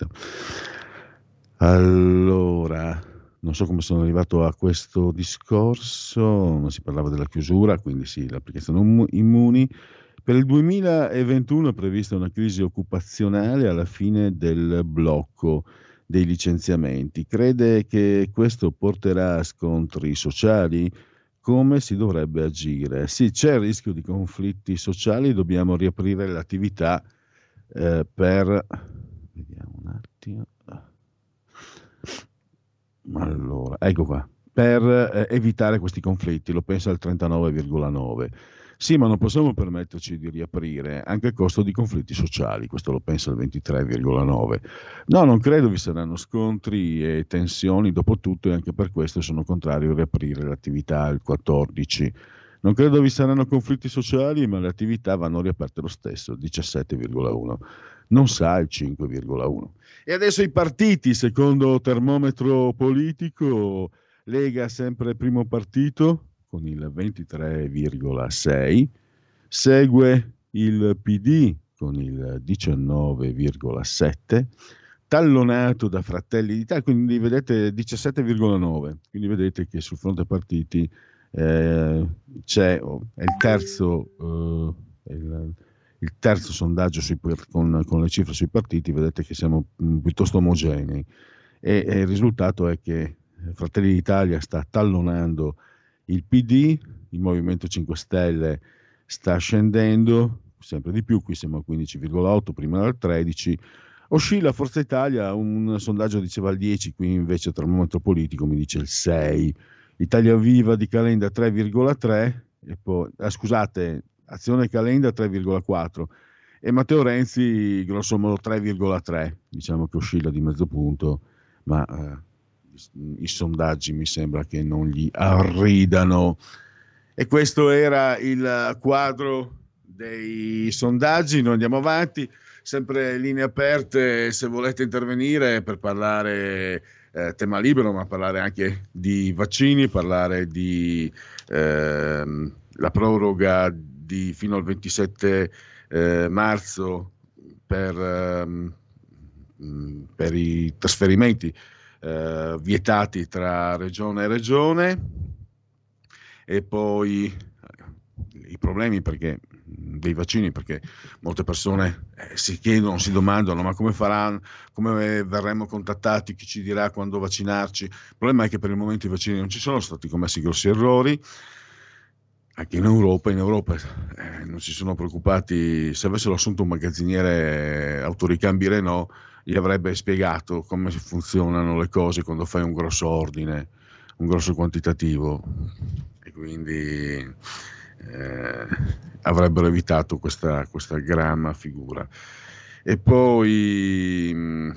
Allora, non so come sono arrivato a questo discorso, ma si parlava della chiusura, quindi sì, l'applicazione Immuni. Per il duemilaventuno è prevista una crisi occupazionale alla fine del blocco dei licenziamenti. Crede che questo porterà a scontri sociali? Come si dovrebbe agire? Sì, c'è il rischio di conflitti sociali, dobbiamo riaprire l'attività eh, per... Vediamo un attimo. Allora, ecco qua. Per eh, evitare questi conflitti, lo pensa il trentanove virgola nove. Sì, ma non possiamo permetterci di riaprire anche a costo di conflitti sociali, questo lo pensa il ventitré virgola nove. No, non credo vi saranno scontri e tensioni, dopo tutto, e anche per questo sono contrario a riaprire l'attività il quattordici. Non credo vi saranno conflitti sociali, ma le attività vanno riaperte lo stesso, diciassette virgola uno. Non sa il cinque virgola uno. E adesso i partiti, secondo termometro politico, Lega sempre primo partito, con il ventitré virgola sei, segue il P D con il diciannove virgola sette, tallonato da Fratelli d'Italia, quindi vedete diciassette virgola nove, quindi vedete che sul fronte partiti eh, c'è oh, è il terzo, eh, il, il terzo sondaggio sui, con, con le cifre sui partiti, vedete che siamo mh, piuttosto omogenei, e, e il risultato è che Fratelli d'Italia sta tallonando il P D, il Movimento cinque Stelle sta scendendo sempre di più, qui siamo al quindici virgola otto, prima dal tredici, oscilla Forza Italia, un sondaggio diceva il dieci, qui invece il termometro politico mi dice il sei, Italia Viva di Calenda tre virgola tre, e poi, ah, scusate, Azione Calenda tre virgola quattro, e Matteo Renzi grosso modo tre virgola tre, diciamo che oscilla di mezzo punto, ma... Eh, i sondaggi mi sembra che non gli arridano. E questo era il quadro dei sondaggi. Noi andiamo avanti, sempre linee aperte se volete intervenire per parlare eh, tema libero, ma parlare anche di vaccini, parlare di eh, la proroga di fino al ventisette eh, marzo per, eh, per i trasferimenti Uh, vietati tra regione e regione, e poi uh, i problemi perché, dei vaccini, perché molte persone eh, si chiedono, si domandano ma come faranno, come verremo contattati, chi ci dirà quando vaccinarci. Il problema è che per il momento i vaccini non ci sono stati commessi grossi errori anche in Europa. In Europa eh, non si sono preoccupati, se avessero assunto un magazziniere autoricambi Renault gli avrebbe spiegato come funzionano le cose quando fai un grosso ordine, un grosso quantitativo, e quindi eh, avrebbero evitato questa, questa gramma figura. E poi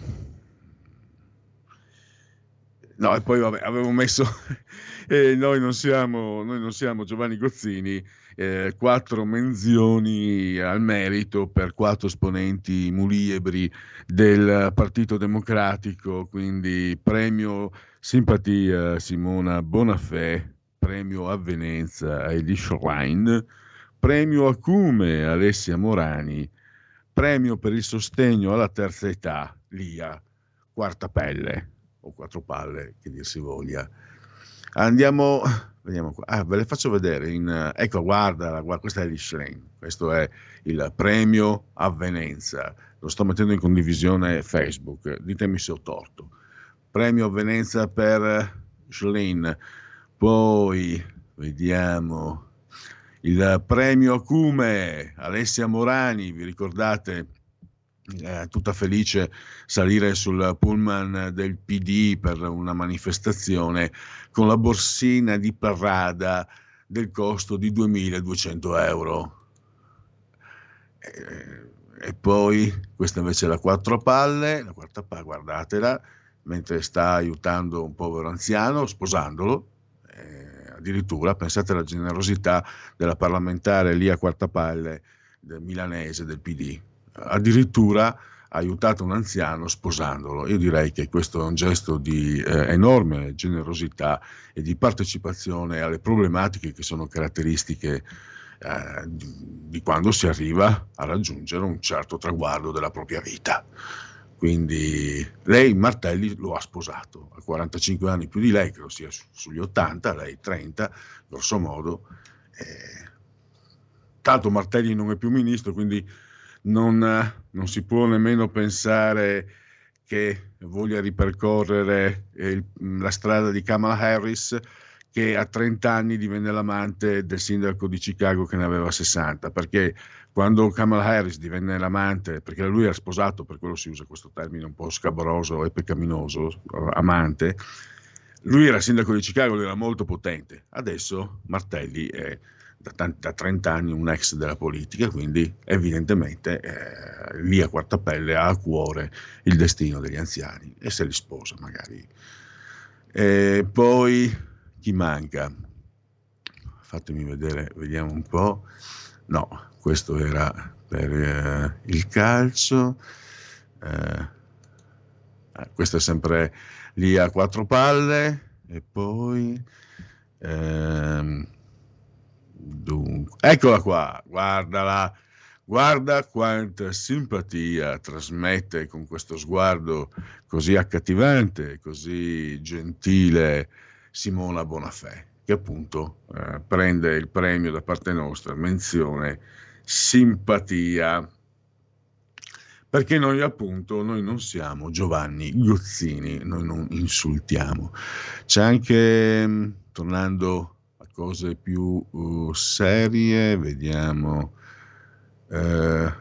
no, e poi vabbè, avevo messo eh, noi non siamo noi non siamo Giovanni Gozzini, eh, quattro menzioni al merito per quattro esponenti muliebri del Partito Democratico, quindi premio simpatia Simona Bonafè, premio avvenenza a Edi Schrein, premio acume Alessia Morani, premio per il sostegno alla terza età Lia Quartapelle, o quattro palle, che dir si voglia. Andiamo, vediamo qua. Ah, ve le faccio vedere. In, ecco, guarda, guarda, questa è Edi Schrein, questo è il premio avvenenza. Lo sto mettendo in condivisione Facebook, ditemi se ho torto. Premio avvenenza per Schlein. Poi vediamo il premio acume Alessia Morani, vi ricordate? Eh, tutta felice salire sul pullman del P D per una manifestazione con la borsina di Parrada del costo di duemiladuecento euro. Eh, e poi questa invece è la quattro palle, la quarta palla, guardatela, mentre sta aiutando un povero anziano, sposandolo. Eh, addirittura pensate alla generosità della parlamentare Lia Quartapalle, del milanese del P D. Addirittura ha aiutato un anziano sposandolo. Io direi che questo è un gesto di eh, enorme generosità e di partecipazione alle problematiche che sono caratteristiche eh, di, di quando si arriva a raggiungere un certo traguardo della propria vita. Quindi lei Martelli lo ha sposato, ha quarantacinque anni più di lei, credo sia su, sugli ottanta, lei trenta, grosso modo. Eh, tanto Martelli non è più ministro, quindi Non, non si può nemmeno pensare che voglia ripercorrere il, la strada di Kamala Harris, che a trenta anni divenne l'amante del sindaco di Chicago che ne aveva sessanta, perché quando Kamala Harris divenne l'amante, perché lui era sposato, per quello si usa questo termine un po' scabroso e peccaminoso, amante, lui era sindaco di Chicago, lui era molto potente. Adesso Martelli è Da, tanti, da trenta anni un ex della politica, quindi evidentemente eh, Lia Quartapelle ha a cuore il destino degli anziani e se li sposa magari. E poi chi manca? Fatemi vedere, vediamo un po'. No, questo era per eh, il calcio. Eh, eh, questo è sempre Lia Quattro Palle. E poi ehm, dunque, eccola qua, guardala, guarda quanta simpatia trasmette con questo sguardo così accattivante, così gentile Simona Bonafè, che appunto eh, prende il premio da parte nostra, menzione simpatia, perché noi appunto noi non siamo Giovanni Gozzini, noi non insultiamo. C'è anche, tornando cose più uh, serie, vediamo eh,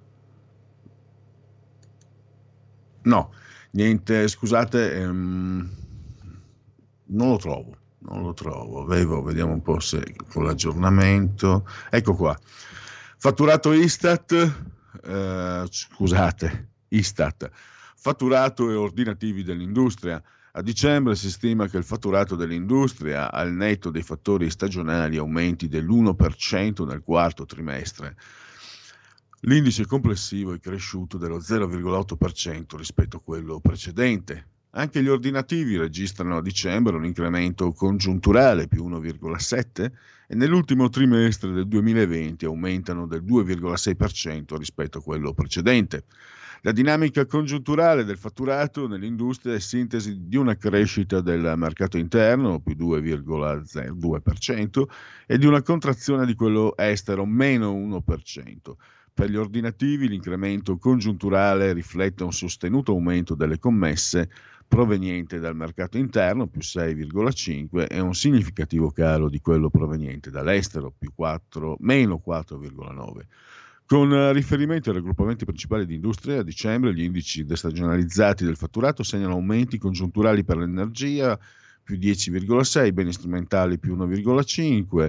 no, niente, scusate, ehm, non lo trovo non lo trovo, avevo, vediamo un po' se con l'aggiornamento, ecco qua, fatturato Istat, eh, scusate, Istat, fatturato e ordinativi dell'industria. A dicembre si stima che il fatturato dell'industria, al netto dei fattori stagionali, aumenti dell'uno per cento nel quarto trimestre. L'indice complessivo è cresciuto dello zero virgola otto per cento rispetto a quello precedente. Anche gli ordinativi registrano a dicembre un incremento congiunturale più uno virgola sette e nell'ultimo trimestre del duemilaventi aumentano del due virgola sei per cento rispetto a quello precedente. La dinamica congiunturale del fatturato nell'industria è sintesi di una crescita del mercato interno, più due virgola zero due per cento, e di una contrazione di quello estero, meno uno per cento. Per gli ordinativi l'incremento congiunturale riflette un sostenuto aumento delle commesse proveniente dal mercato interno, più sei virgola cinque, e un significativo calo di quello proveniente dall'estero, più quattro, meno quattro virgola nove. Con riferimento ai raggruppamenti principali di industria, a dicembre gli indici destagionalizzati del fatturato segnano aumenti congiunturali per l'energia, più dieci virgola sei, beni strumentali più uno virgola cinque,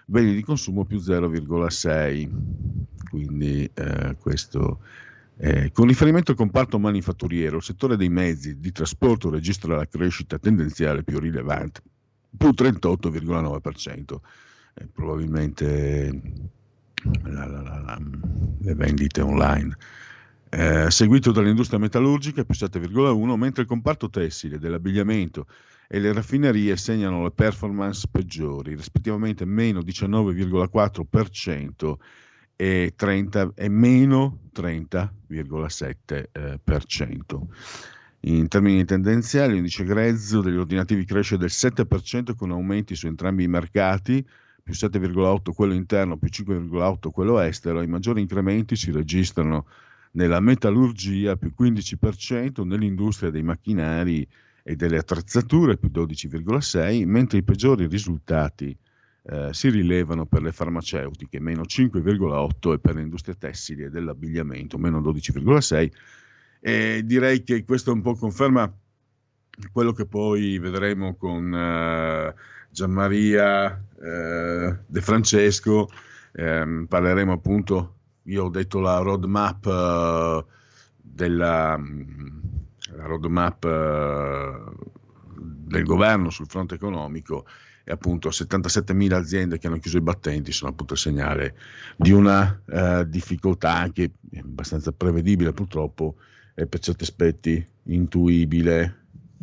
beni di consumo più zero virgola sei. Quindi eh, questo eh, con riferimento al comparto manifatturiero, il settore dei mezzi di trasporto registra la crescita tendenziale più rilevante, più trentotto virgola nove per cento. Eh, probabilmente la, la, la, la, le vendite online. Eh, seguito dall'industria metallurgica più sette virgola uno, mentre il comparto tessile, dell'abbigliamento e le raffinerie segnano le performance peggiori, rispettivamente meno diciannove virgola quattro per cento e, trenta, e meno trenta virgola sette per cento. In termini tendenziali, l'indice grezzo degli ordinativi cresce del sette per cento con aumenti su entrambi i mercati, più sette virgola otto quello interno, più cinque virgola otto quello estero. I maggiori incrementi si registrano nella metallurgia, più quindici per cento, nell'industria dei macchinari e delle attrezzature, più dodici virgola sei, mentre i peggiori risultati eh, si rilevano per le farmaceutiche, meno cinque virgola otto, e per le industrie tessili e dell'abbigliamento, meno dodici virgola sei. E direi che questo un po' conferma quello che poi vedremo con eh, Gianmaria eh, De Francesco. Eh, parleremo appunto, io ho detto la roadmap uh, della la roadmap uh, del governo sul fronte economico, e appunto settantasettemila aziende che hanno chiuso i battenti sono appunto il segnale di una uh, difficoltà anche abbastanza prevedibile purtroppo e per certi aspetti intuibile.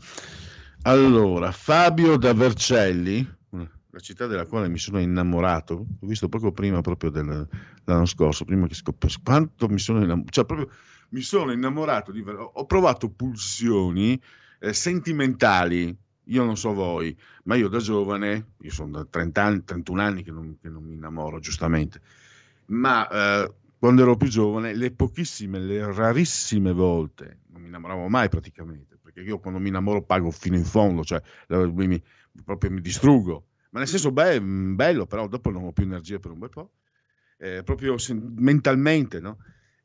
Allora, Fabio da Vercelli, la città della quale mi sono innamorato, ho visto poco prima proprio del, dell'anno scorso, prima che scoppiasse, quanto mi sono innamorato, cioè proprio mi sono innamorato, di, ho provato pulsioni eh, sentimentali, io non so voi, ma io da giovane, io sono da trenta anni, trentuno anni che non, che non mi innamoro, giustamente, ma eh, quando ero più giovane, le pochissime, le rarissime volte, non mi innamoravo mai praticamente, perché io quando mi innamoro pago fino in fondo, cioè mi, proprio mi distruggo. Ma nel senso, beh, bello, però dopo non ho più energia per un bel po', eh, proprio mentalmente, no?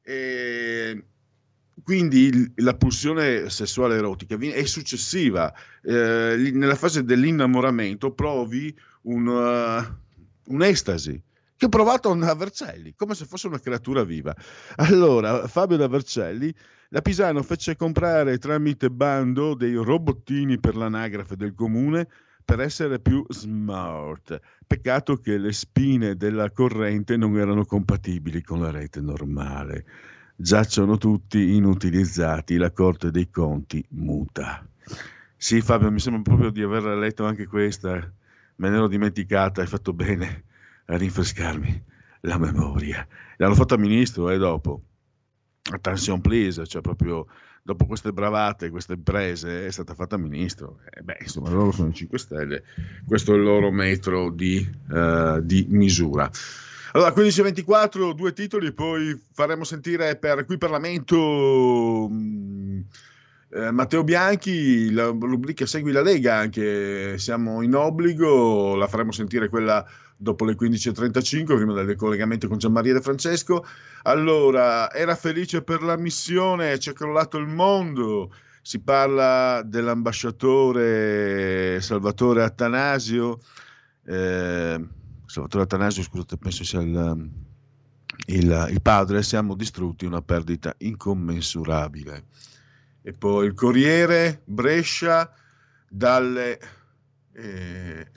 E quindi la pulsione sessuale erotica è successiva. Eh, nella fase dell'innamoramento provi un, uh, un'estasi che ho provato a Vercelli, come se fosse una creatura viva. Allora, Fabio da Vercelli, la Pisano fece comprare tramite bando dei robottini per l'anagrafe del comune per essere più smart. Peccato che le spine della corrente non erano compatibili con la rete normale. Giacciono tutti inutilizzati, la Corte dei Conti muta. Sì, Fabio, mi sembra proprio di aver letto anche questa, me ne ero dimenticata, hai fatto bene a rinfrescarmi la memoria. L'hanno fatta ministro, e eh, dopo. Attention please, cioè proprio dopo queste bravate, queste imprese, è stata fatta ministro. Eh, beh, insomma, loro sono i cinque Stelle, questo è il loro metro di, uh, di misura. Allora, quindici e ventiquattro, due titoli, poi faremo sentire per qui Parlamento mh, eh, Matteo Bianchi, la rubrica Segui la Lega, anche siamo in obbligo, la faremo sentire quella dopo le quindici e trentacinque, prima del collegamento con Gianmaria De Francesco. Allora, era felice per la missione, ci è crollato il mondo, si parla dell'ambasciatore Salvatore Attanasio, eh, Salvatore Attanasio, scusate, penso sia il, il, il padre, siamo distrutti, una perdita incommensurabile. E poi il Corriere, Brescia, dalle... Eh,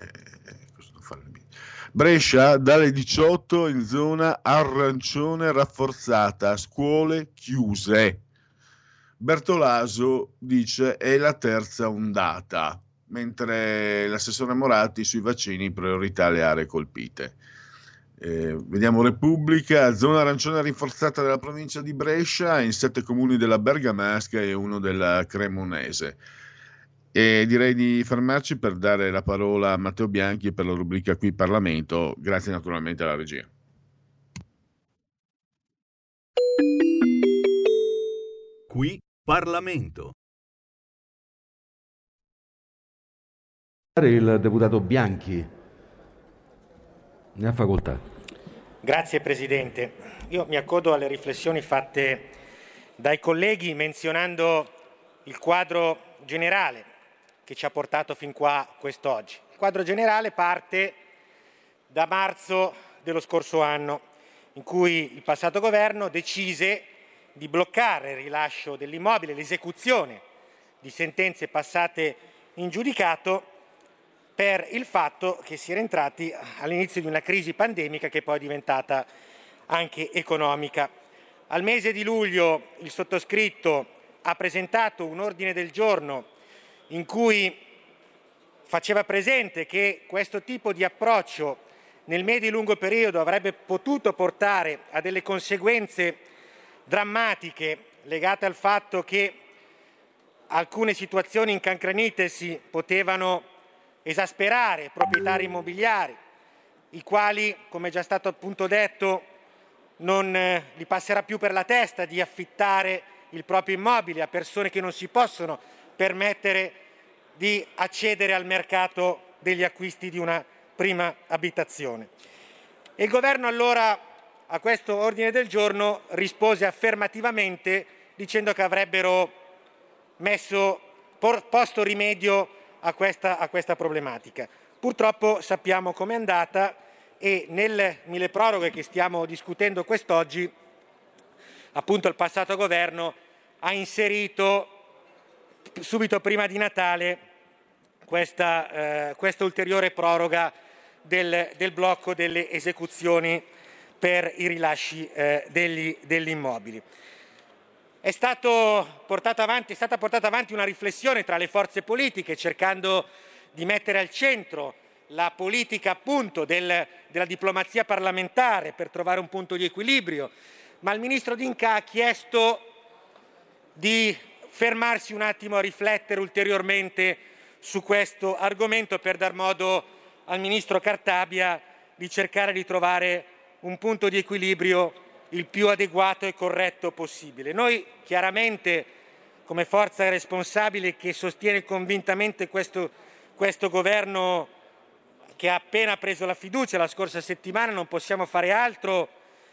Brescia dalle diciotto in zona arancione rafforzata, scuole chiuse. Bertolaso dice è la terza ondata, mentre l'assessore Moratti sui vaccini priorità alle aree colpite. Eh, vediamo Repubblica, zona arancione rinforzata della provincia di Brescia, in sette comuni della Bergamasca e uno della Cremonese. E direi di fermarci per dare la parola a Matteo Bianchi per la rubrica Qui Parlamento, grazie naturalmente alla regia. Qui Parlamento. Il deputato Bianchi ne ha facoltà. Grazie Presidente. Io mi accodo alle riflessioni fatte dai colleghi menzionando il quadro generale che ci ha portato fin qua quest'oggi. Il quadro generale parte da marzo dello scorso anno, in cui il passato governo decise di bloccare il rilascio dell'immobile, l'esecuzione di sentenze passate in giudicato per il fatto che si era entrati all'inizio di una crisi pandemica che poi è diventata anche economica. Al mese di luglio il sottoscritto ha presentato un ordine del giorno in cui faceva presente che questo tipo di approccio nel medio-lungo periodo avrebbe potuto portare a delle conseguenze drammatiche legate al fatto che alcune situazioni incancrenitesi potevano esasperare proprietari immobiliari, i quali, come è già stato appunto detto, non eh, gli passerà più per la testa di affittare il proprio immobile a persone che non si possono permettere di accedere al mercato degli acquisti di una prima abitazione. E il governo allora a questo ordine del giorno rispose affermativamente dicendo che avrebbero messo, posto rimedio a questa, a questa problematica. Purtroppo sappiamo com'è andata e nel milleproroghe che stiamo discutendo quest'oggi, appunto il passato governo ha inserito subito prima di Natale questa, eh, questa ulteriore proroga del, del blocco delle esecuzioni per i rilasci eh, degli, degli immobili. È, stato portato avanti, è stata portata avanti una riflessione tra le forze politiche cercando di mettere al centro la politica appunto del, della diplomazia parlamentare per trovare un punto di equilibrio, ma il ministro D'Incà ha chiesto di fermarsi un attimo a riflettere ulteriormente su questo argomento per dar modo al ministro Cartabia di cercare di trovare un punto di equilibrio il più adeguato e corretto possibile. Noi chiaramente, come forza responsabile che sostiene convintamente questo, questo governo che ha appena preso la fiducia la scorsa settimana, non possiamo fare altro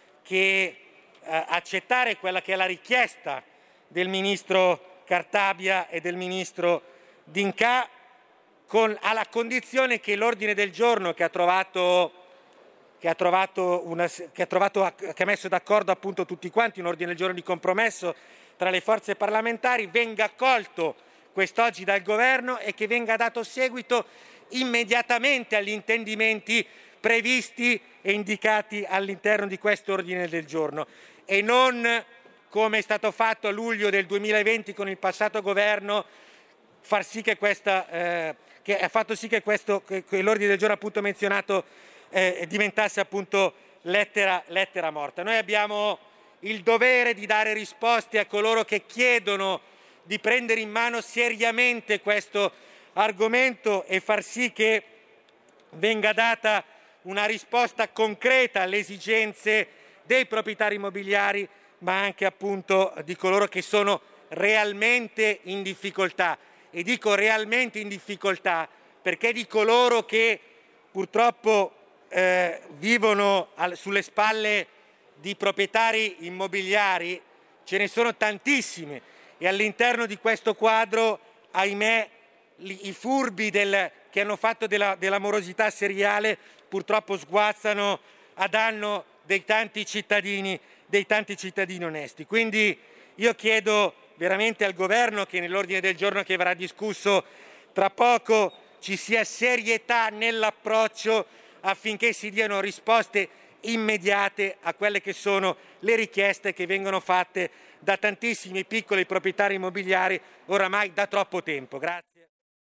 che eh, accettare quella che è la richiesta del ministro Cartabia e del ministro D'Incà, con, alla condizione che l'ordine del giorno che ha trovato che ha trovato una, che ha trovato che ha messo d'accordo appunto tutti quanti, un ordine del giorno di compromesso tra le forze parlamentari, venga accolto quest'oggi dal governo e che venga dato seguito immediatamente agli intendimenti previsti e indicati all'interno di questo ordine del giorno, e non come è stato fatto a luglio del duemilaventi con il passato governo, far sì che questa eh, che ha fatto sì che questo che, che l'ordine del giorno appunto menzionato eh, diventasse appunto lettera, lettera morta. Noi abbiamo il dovere di dare risposte a coloro che chiedono di prendere in mano seriamente questo argomento e far sì che venga data una risposta concreta alle esigenze dei proprietari immobiliari, ma anche appunto di coloro che sono realmente in difficoltà. E dico realmente in difficoltà perché di coloro che purtroppo eh, vivono al, sulle spalle di proprietari immobiliari ce ne sono tantissimi, e all'interno di questo quadro, ahimè, i furbi del, che hanno fatto della, della morosità seriale purtroppo sguazzano a danno dei tanti cittadini, dei tanti cittadini onesti. Quindi io chiedo veramente al governo che nell'ordine del giorno che verrà discusso tra poco ci sia serietà nell'approccio affinché si diano risposte immediate a quelle che sono le richieste che vengono fatte da tantissimi piccoli proprietari immobiliari oramai da troppo tempo. Grazie.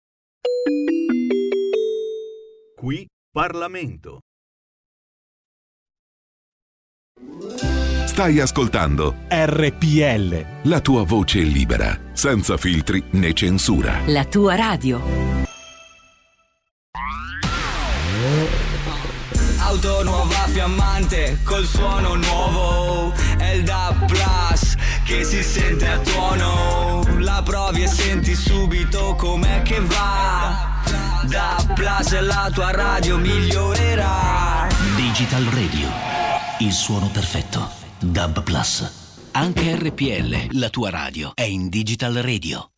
Qui Parlamento. Stai ascoltando R P L, la tua voce libera, senza filtri né censura. la tua radio. Auto nuova fiammante col suono nuovo, è il D A B Plus che si sente a tuono. La provi e senti subito com'è che va. D A B Plus e la tua radio migliorerà. Digital Radio, il suono perfetto. D A B Plus. Anche R P L, la tua radio, è in Digital Radio.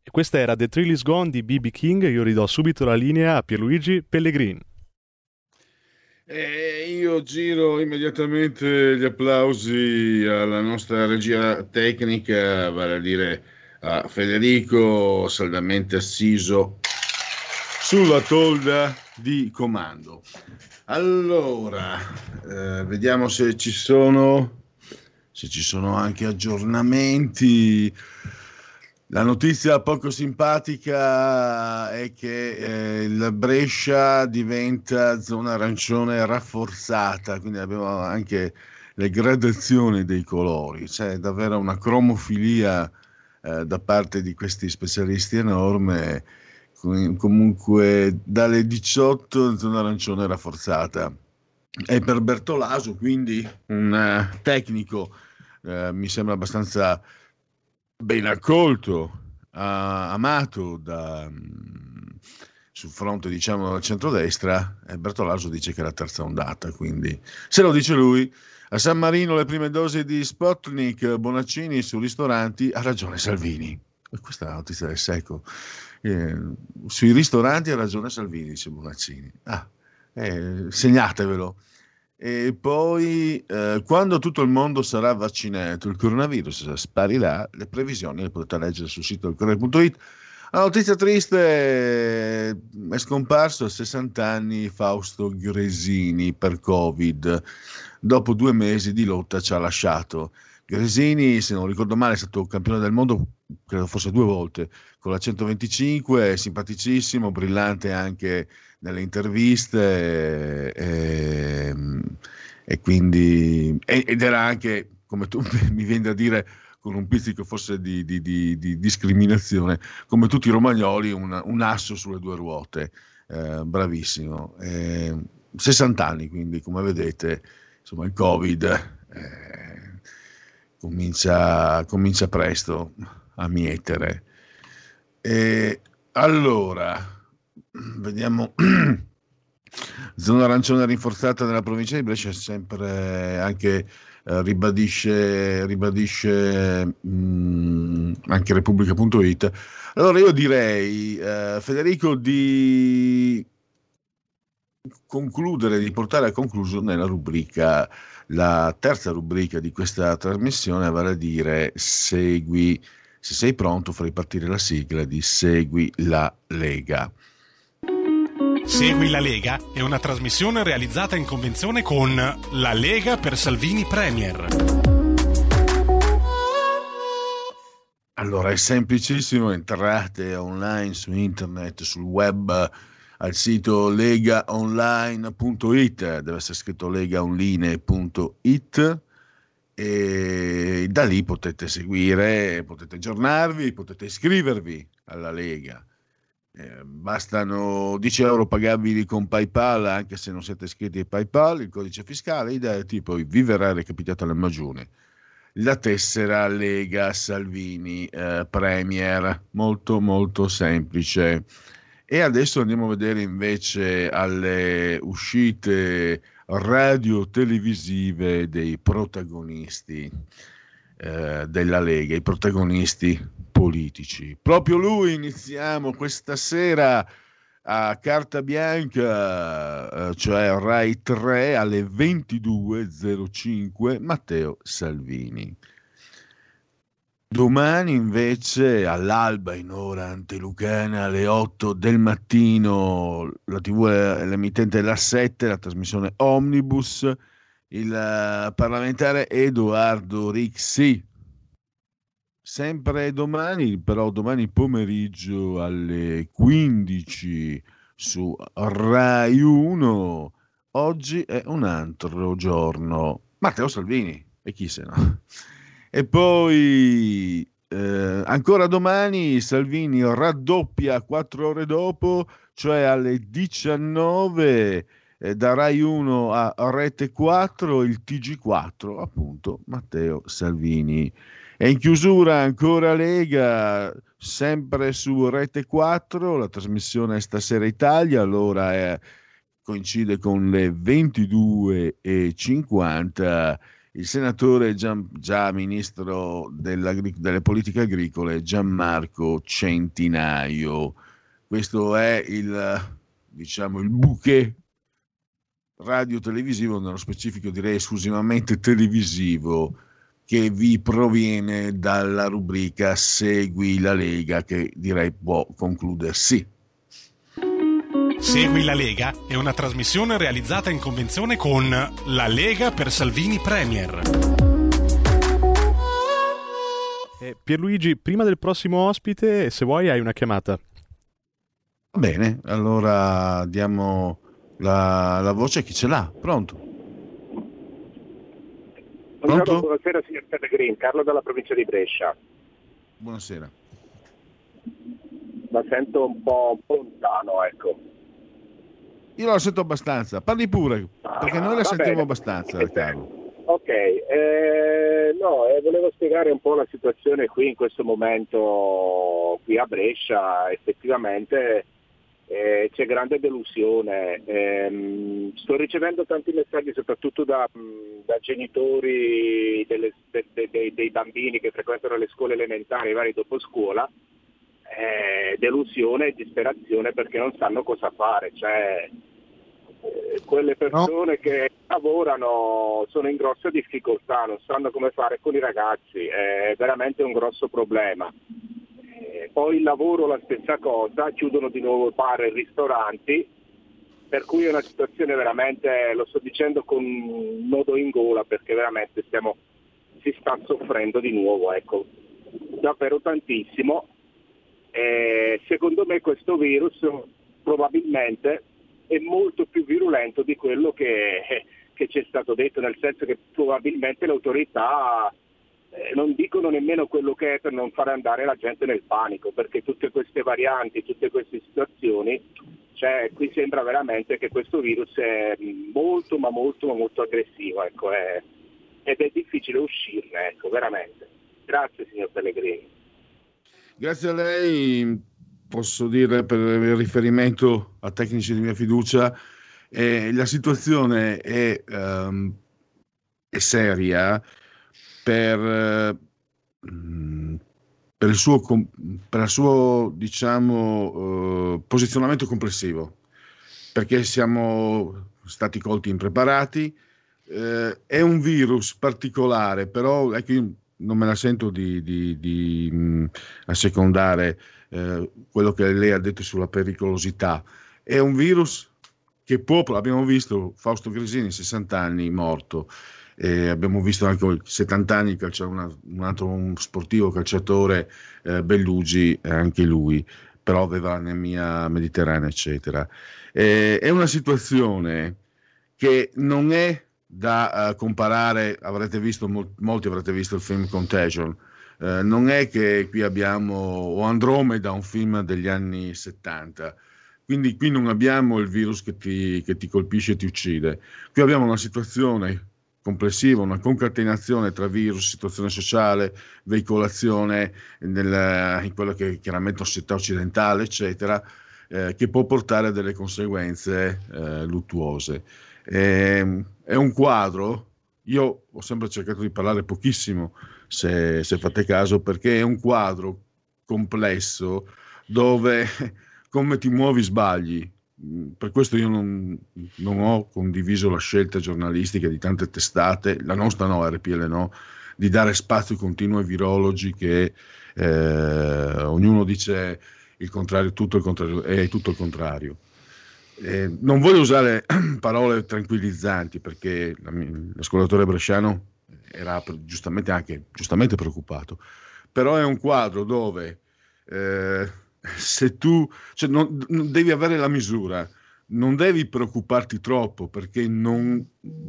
E questa era The Thrill Is Gone di B B King. Io ridò subito la linea a Pierluigi Pellegrin. E io giro immediatamente gli applausi alla nostra regia tecnica, vale a dire a Federico, saldamente assiso sulla tolda di comando. Allora, eh, vediamo se ci sono, se ci sono anche aggiornamenti. La notizia poco simpatica è che eh, il Brescia diventa zona arancione rafforzata, quindi abbiamo anche le gradazioni dei colori. C'è davvero una cromofilia eh, da parte di questi specialisti enorme. Comunque dalle diciotto zona arancione rafforzata. E per Bertolaso, quindi un uh, tecnico uh, mi sembra abbastanza ben accolto, uh, amato da, um, sul fronte, diciamo, del centrodestra, e Bertolaso dice che è la terza ondata, quindi se lo dice lui. A San Marino le prime dosi di Sputnik, Bonaccini su ristoranti, ha ragione Salvini. E questa è la notizia del secolo. Eh, sui ristoranti ha ragione Salvini, dice Bonaccini. Ah, eh, segnatevelo. E poi eh, quando tutto il mondo sarà vaccinato, il coronavirus sparirà. Le previsioni le potete leggere sul sito del Corriere punto it. La notizia triste, è scomparso a sessanta anni Fausto Gresini per Covid. Dopo due mesi di lotta ci ha lasciato. Gresini, se non ricordo male, è stato campione del mondo, credo forse due volte, con la centoventicinque, simpaticissimo, brillante anche nelle interviste, e, e quindi ed era anche, come tu mi vieni a dire, con un pizzico forse di, di, di, di discriminazione, come tutti i romagnoli, un, un asso sulle due ruote, eh, bravissimo. Eh, sessanta anni, quindi, come vedete, insomma, il Covid eh, comincia, comincia presto a mietere. E allora, vediamo. Zona arancione rinforzata nella provincia di Brescia, sempre anche eh, ribadisce, ribadisce mh, anche Repubblica punto it. Allora io direi, eh, Federico, di concludere, di portare a conclusione la rubrica, la terza rubrica di questa trasmissione, vale a dire segui, se sei pronto farei partire la sigla di Segui la Lega. Segui la Lega è una trasmissione realizzata in convenzione con La Lega per Salvini Premier. Allora è semplicissimo, entrate online su internet, sul web, al sito legaonline punto it, deve essere scritto legaonline punto it, e da lì potete seguire, potete aggiornarvi, potete iscrivervi alla Lega. Eh, bastano dieci euro pagabili con PayPal, anche se non siete iscritti a PayPal, il codice fiscale, i dati, poi vi verrà recapitata la magione, la tessera Lega Salvini eh, Premier, molto molto semplice. E adesso andiamo a vedere invece alle uscite radio-televisive dei protagonisti eh, della Lega, i protagonisti politici. Proprio lui, iniziamo questa sera a carta bianca, eh, cioè Rai tre alle ventidue e zero cinque, Matteo Salvini. Domani invece all'alba, in ora antelucana, alle otto del mattino, la tivù è l'emittente La sette, la trasmissione Omnibus, il parlamentare Edoardo Rixi. Sempre domani, però domani pomeriggio alle quindici su Rai uno, oggi è un altro giorno, Matteo Salvini, e chi se no. E poi eh, ancora domani Salvini raddoppia quattro ore dopo, cioè alle diciannove eh, da Rai uno a Rete quattro, il T G quattro, appunto Matteo Salvini. E in chiusura ancora Lega, sempre su Rete quattro, la trasmissione è Stasera Italia, l'ora è, coincide con le ventidue e cinquanta, il senatore Gian, già ministro delle politiche agricole Gianmarco Centinaio. Questo è il, diciamo, il bouquet radio-televisivo, nello specifico direi esclusivamente televisivo, che vi proviene dalla rubrica Segui la Lega, che direi può concludersi. Segui la Lega è una trasmissione realizzata in convenzione con La Lega per Salvini Premier. Eh, Pierluigi, prima del prossimo ospite, se vuoi hai una chiamata. Va bene, allora diamo la, la voce a chi ce l'ha. Pronto? Buongiorno, buonasera signor Pellegrini, Carlo dalla provincia di Brescia. Buonasera. La sento un po', un po' lontano, ecco. Io la sento abbastanza, parli pure, perché Ah, noi la va sentiamo bene. abbastanza, Carlo. Ok, eh, no, eh, volevo spiegare un po' la situazione qui in questo momento qui a Brescia. Effettivamente eh, c'è grande delusione. Ehm, sto ricevendo tanti messaggi soprattutto da, mh, da genitori delle, de, de, de, dei bambini che frequentano le scuole elementari, vari dopo scuola. Eh, delusione e disperazione perché non sanno cosa fare, cioè eh, quelle persone no. che lavorano sono in grossa difficoltà, non sanno come fare con i ragazzi, è veramente un grosso problema. Eh, poi il lavoro la stessa cosa, chiudono di nuovo bar e ristoranti, per cui è una situazione veramente, lo sto dicendo con un nodo in gola, perché veramente stiamo, si sta soffrendo di nuovo, ecco, davvero tantissimo. Eh, secondo me questo virus probabilmente è molto più virulento di quello che, che ci è stato detto, nel senso che probabilmente le autorità eh, non dicono nemmeno quello che è per non fare andare la gente nel panico, perché tutte queste varianti, tutte queste situazioni, cioè qui sembra veramente che questo virus è molto ma molto ma molto aggressivo, ecco, è, ed è difficile uscirne, ecco, veramente. Grazie signor Pellegrini. Grazie a lei, posso dire per il riferimento a tecnici di mia fiducia, eh, la situazione è, um, è seria per, uh, per il suo, per il suo diciamo, uh, posizionamento complessivo, perché siamo stati colti impreparati, uh, è un virus particolare, però ecco, io non me la sento di, di, di mh, assecondare eh, quello che lei ha detto sulla pericolosità. È un virus che può, abbiamo visto Fausto Gresini, sessanta anni, morto, eh, abbiamo visto anche settanta anni calciare una, un altro un sportivo calciatore, eh, Bellugi, anche lui, però aveva l'anemia mediterranea, eccetera. Eh, è una situazione che non è da uh, comparare, avrete visto, mol- molti avrete visto il film Contagion, uh, non è che qui abbiamo o Andromeda, un film degli anni settanta, quindi qui non abbiamo il virus che ti, che ti colpisce e ti uccide, qui abbiamo una situazione complessiva, una concatenazione tra virus, situazione sociale, veicolazione nel, in quella che è chiaramente la società occidentale, eccetera, eh, che può portare a delle conseguenze eh, luttuose. Eh, è un quadro, io ho sempre cercato di parlare pochissimo, se, se fate caso, perché è un quadro complesso dove come ti muovi sbagli. Per questo io non, non ho condiviso la scelta giornalistica di tante testate, la nostra no, R P L no, di dare spazio continuo ai virologi che eh, ognuno dice il contrario, tutto il contrario, è tutto il contrario. Eh, non voglio usare parole tranquillizzanti perché l'ascoltatore bresciano era giustamente anche giustamente preoccupato, però è un quadro dove eh, se tu cioè non, non devi avere la misura, non devi preoccuparti troppo perché non,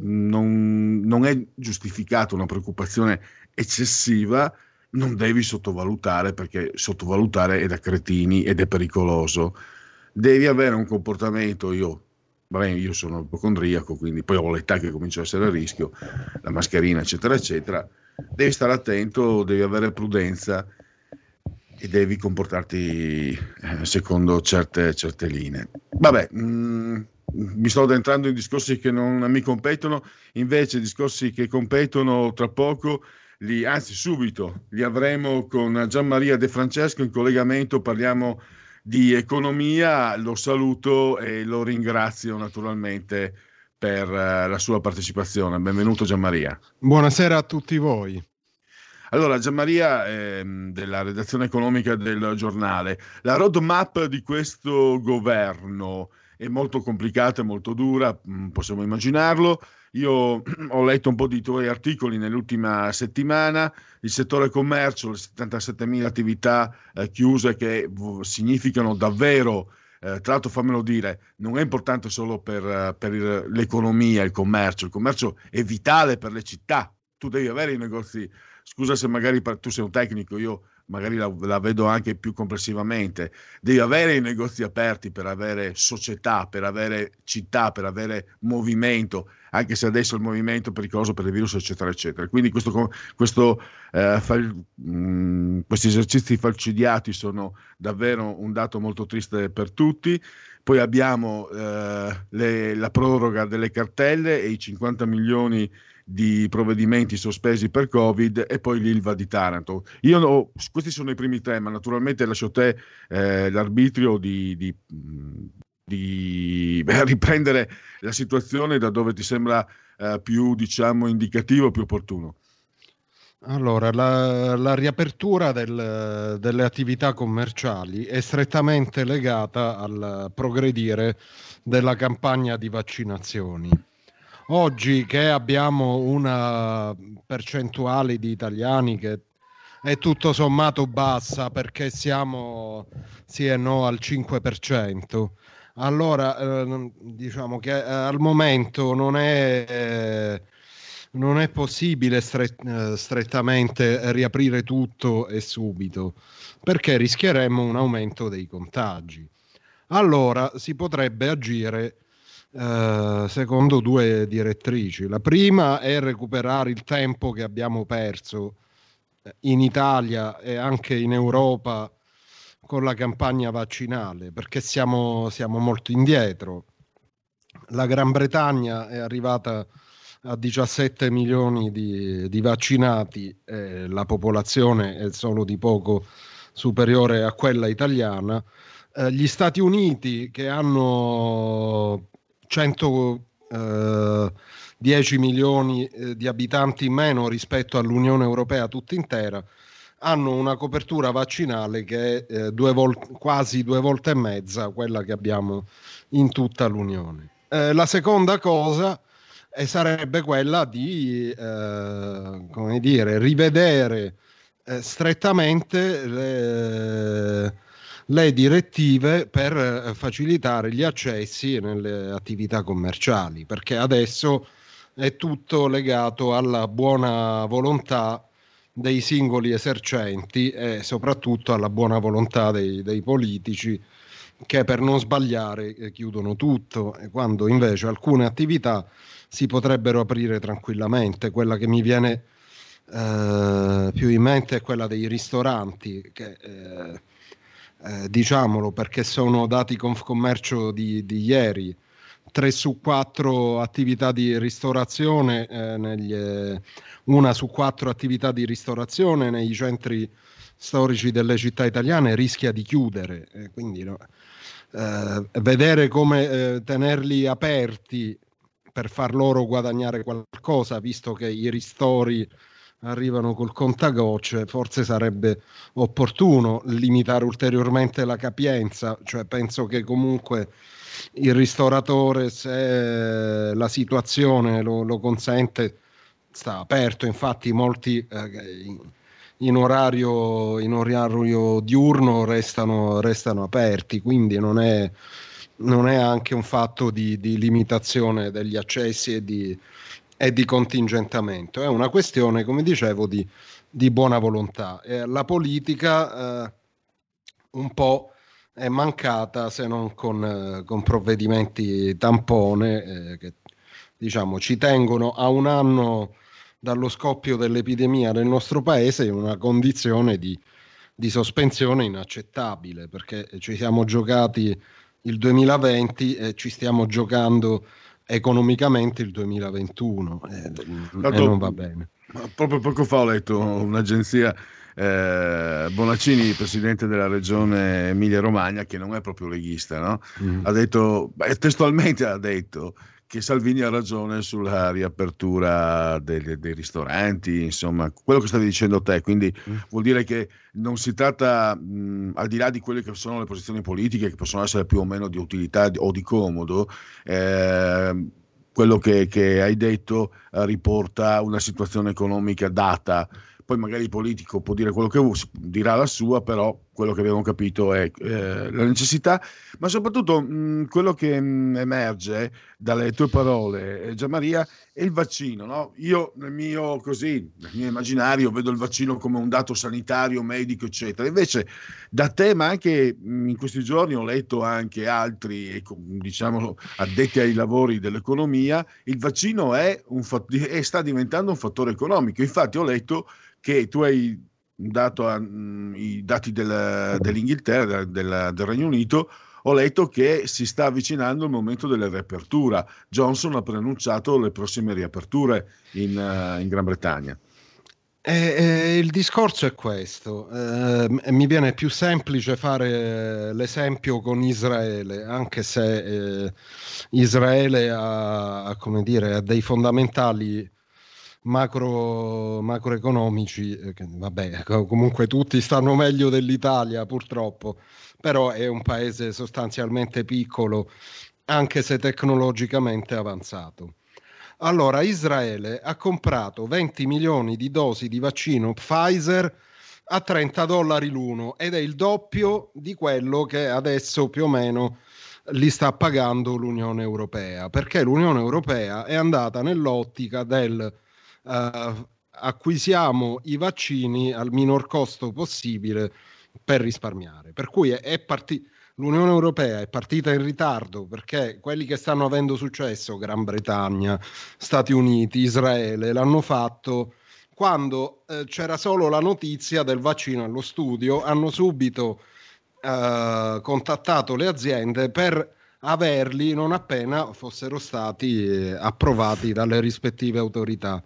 non, non è giustificata una preoccupazione eccessiva, non devi sottovalutare perché sottovalutare è da cretini ed è pericoloso. Devi avere un comportamento, io, vabbè, io sono ipocondriaco, quindi poi ho l'età che comincia a essere a rischio, la mascherina, eccetera, eccetera. Devi stare attento, devi avere prudenza e devi comportarti eh, secondo certe, certe linee. Vabbè, mh, mi sto addentrando in discorsi che non mi competono, invece discorsi che competono tra poco, li, anzi subito, li avremo con Gianmaria De Francesco in collegamento, parliamo di economia, lo saluto e lo ringrazio naturalmente per uh, la sua partecipazione. Benvenuto Gianmaria. Buonasera a tutti voi. Allora, Gianmaria, ehm, della redazione economica del giornale, la roadmap di questo governo è molto complicata, è molto dura, possiamo immaginarlo. Io ho letto un po' di tuoi articoli nell'ultima settimana, il settore commercio, le settantasettemila attività eh, chiuse che v- significano davvero, eh, tra l'altro fammelo dire, non è importante solo per, per il, l'economia, il commercio, il commercio è vitale per le città, tu devi avere i negozi. Scusa se magari tu sei un tecnico, io magari la, la vedo anche più complessivamente. Devi avere i negozi aperti per avere società, per avere città, per avere movimento, anche se adesso il movimento è pericoloso per il virus, eccetera, eccetera. Quindi questo, questo, eh, fal, mh, questi esercizi falcidiati sono davvero un dato molto triste per tutti. Poi abbiamo eh, le, la proroga delle cartelle e i cinquanta milioni di provvedimenti sospesi per Covid e poi l'Ilva di Taranto. Io no, questi sono i primi tre, ma naturalmente lascio te eh, l'arbitrio di, di, di beh, riprendere la situazione da dove ti sembra eh, più, diciamo, indicativo, più opportuno. Allora, la, la riapertura del, delle attività commerciali è strettamente legata al progredire della campagna di vaccinazioni. Oggi che abbiamo una percentuale di italiani che è tutto sommato bassa, perché siamo sì e no al cinque per cento, allora eh, diciamo che eh, al momento non è, eh, non è possibile stre- eh, strettamente riaprire tutto e subito, perché rischieremmo un aumento dei contagi. Allora si potrebbe agire Uh, secondo due direttrici. La prima è recuperare il tempo che abbiamo perso in Italia e anche in Europa con la campagna vaccinale, perché siamo, siamo molto indietro. La Gran Bretagna è arrivata a diciassette milioni di, di vaccinati, eh, la popolazione è solo di poco superiore a quella italiana. Eh, gli Stati Uniti, che hanno centodieci milioni eh, di abitanti in meno rispetto all'Unione Europea tutta intera, hanno una copertura vaccinale che è eh, due vol- quasi due volte e mezza quella che abbiamo in tutta l'Unione. Eh, la seconda cosa eh, sarebbe quella di eh, come dire, rivedere eh, strettamente le le direttive per facilitare gli accessi nelle attività commerciali, perché adesso è tutto legato alla buona volontà dei singoli esercenti e soprattutto alla buona volontà dei, dei politici, che per non sbagliare chiudono tutto, quando invece alcune attività si potrebbero aprire tranquillamente. Quella che mi viene eh, più in mente è quella dei ristoranti, che eh, Eh, diciamolo, perché sono dati Confcommercio di, di ieri, tre su quattro attività di ristorazione, eh, negli, eh, una su quattro attività di ristorazione nei centri storici delle città italiane rischia di chiudere, eh, quindi no, eh, vedere come eh, tenerli aperti per far loro guadagnare qualcosa, visto che i ristori arrivano col contagocce, forse sarebbe opportuno limitare ulteriormente la capienza. Cioè, penso che comunque il ristoratore, se la situazione lo, lo consente, sta aperto. Infatti molti eh, in, in orario in orario diurno restano, restano aperti, quindi non è, non è anche un fatto di, di limitazione degli accessi e di e di contingentamento, è una questione, come dicevo, di, di buona volontà. Eh, la politica eh, un po' è mancata, se non con, eh, con provvedimenti tampone eh, che, diciamo, ci tengono a un anno dallo scoppio dell'epidemia nel nostro paese in una condizione di, di sospensione inaccettabile, perché ci siamo giocati il duemilaventi e ci stiamo giocando economicamente il duemilaventuno eh, e non va bene. Proprio poco fa ho letto un'agenzia, eh, Bonaccini, presidente della regione Emilia-Romagna, che non è proprio leghista, no? Mm. Ha detto, beh, testualmente ha detto che Salvini ha ragione sulla riapertura dei, dei ristoranti, insomma, quello che stavi dicendo te, quindi mm. vuol dire che non si tratta, mh, al di là di quelle che sono le posizioni politiche, che possono essere più o meno di utilità o di comodo, eh, quello che, che hai detto eh, riporta una situazione economica data. Poi magari il politico può dire quello che vuole, dirà la sua, però quello che abbiamo capito è eh, la necessità, ma soprattutto mh, quello che mh, emerge dalle tue parole, eh, Gianmaria, è il vaccino, no? Io nel mio, così, nel mio immaginario vedo il vaccino come un dato sanitario, medico, eccetera. Invece da te, ma anche mh, in questi giorni ho letto anche altri, diciamo, addetti ai lavori dell'economia, il vaccino è un fat- è, sta diventando un fattore economico. Infatti ho letto che tu hai dato a, mh, i dati del, dell'Inghilterra, del, del Regno Unito, ho letto che si sta avvicinando il momento della riapertura. Johnson ha preannunciato le prossime riaperture in, uh, in Gran Bretagna. Eh, eh, il discorso è questo, eh, mi viene più semplice fare l'esempio con Israele, anche se eh, Israele ha, come dire, ha dei fondamentali macro macroeconomici eh, che, vabbè, comunque tutti stanno meglio dell'Italia purtroppo, però è un paese sostanzialmente piccolo anche se tecnologicamente avanzato. Allora Israele ha comprato venti milioni di dosi di vaccino Pfizer a trenta dollari l'uno ed è il doppio di quello che adesso più o meno li sta pagando l'Unione Europea, perché l'Unione Europea è andata nell'ottica del Uh, acquisiamo i vaccini al minor costo possibile per risparmiare, per cui è, è parti- l'Unione Europea è partita in ritardo perché quelli che stanno avendo successo, Gran Bretagna, Stati Uniti, Israele, l'hanno fatto quando eh, c'era solo la notizia del vaccino allo studio, hanno subito uh, contattato le aziende per averli non appena fossero stati eh, approvati dalle rispettive autorità.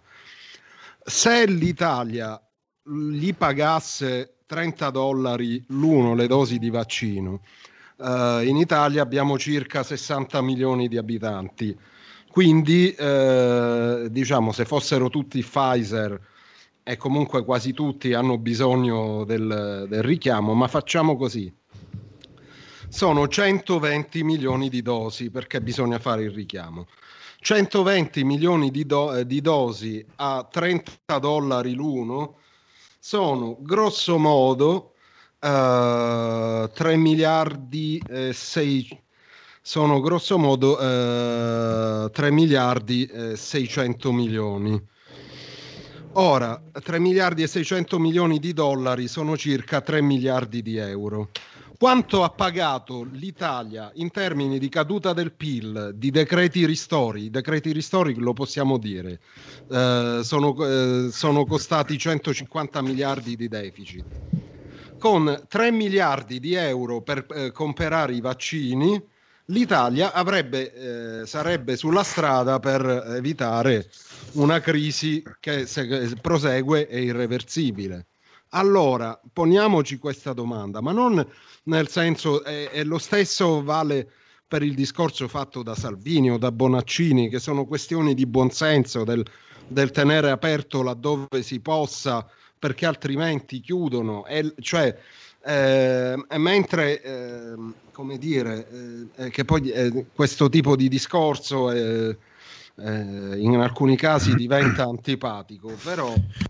Se l'Italia gli pagasse trenta dollari l'uno le dosi di vaccino, eh, in Italia abbiamo circa sessanta milioni di abitanti, quindi eh, diciamo se fossero tutti Pfizer e comunque quasi tutti hanno bisogno del, del richiamo, ma facciamo così, sono centoventi milioni di dosi perché bisogna fare il richiamo. centoventi milioni di, do- di dosi a trenta dollari l'uno sono grosso modo uh, tre miliardi e sei sono grosso modo uh, tre miliardi e seicento milioni. Ora, tre miliardi e seicento milioni di dollari sono circa tre miliardi di euro. Quanto ha pagato l'Italia in termini di caduta del P I L, di decreti ristori? I decreti ristori lo possiamo dire, eh, sono, eh, sono costati centocinquanta miliardi di deficit. Con tre miliardi di euro per eh, comprare i vaccini, l'Italia avrebbe, eh, sarebbe sulla strada per evitare una crisi che se prosegue è irreversibile. Allora, poniamoci questa domanda, ma non nel senso, è, è lo stesso vale per il discorso fatto da Salvini o da Bonaccini, che sono questioni di buonsenso, del, del tenere aperto laddove si possa, perché altrimenti chiudono, e, cioè, eh, mentre, eh, come dire, eh, che poi eh, questo tipo di discorso eh, eh, in alcuni casi diventa antipatico, però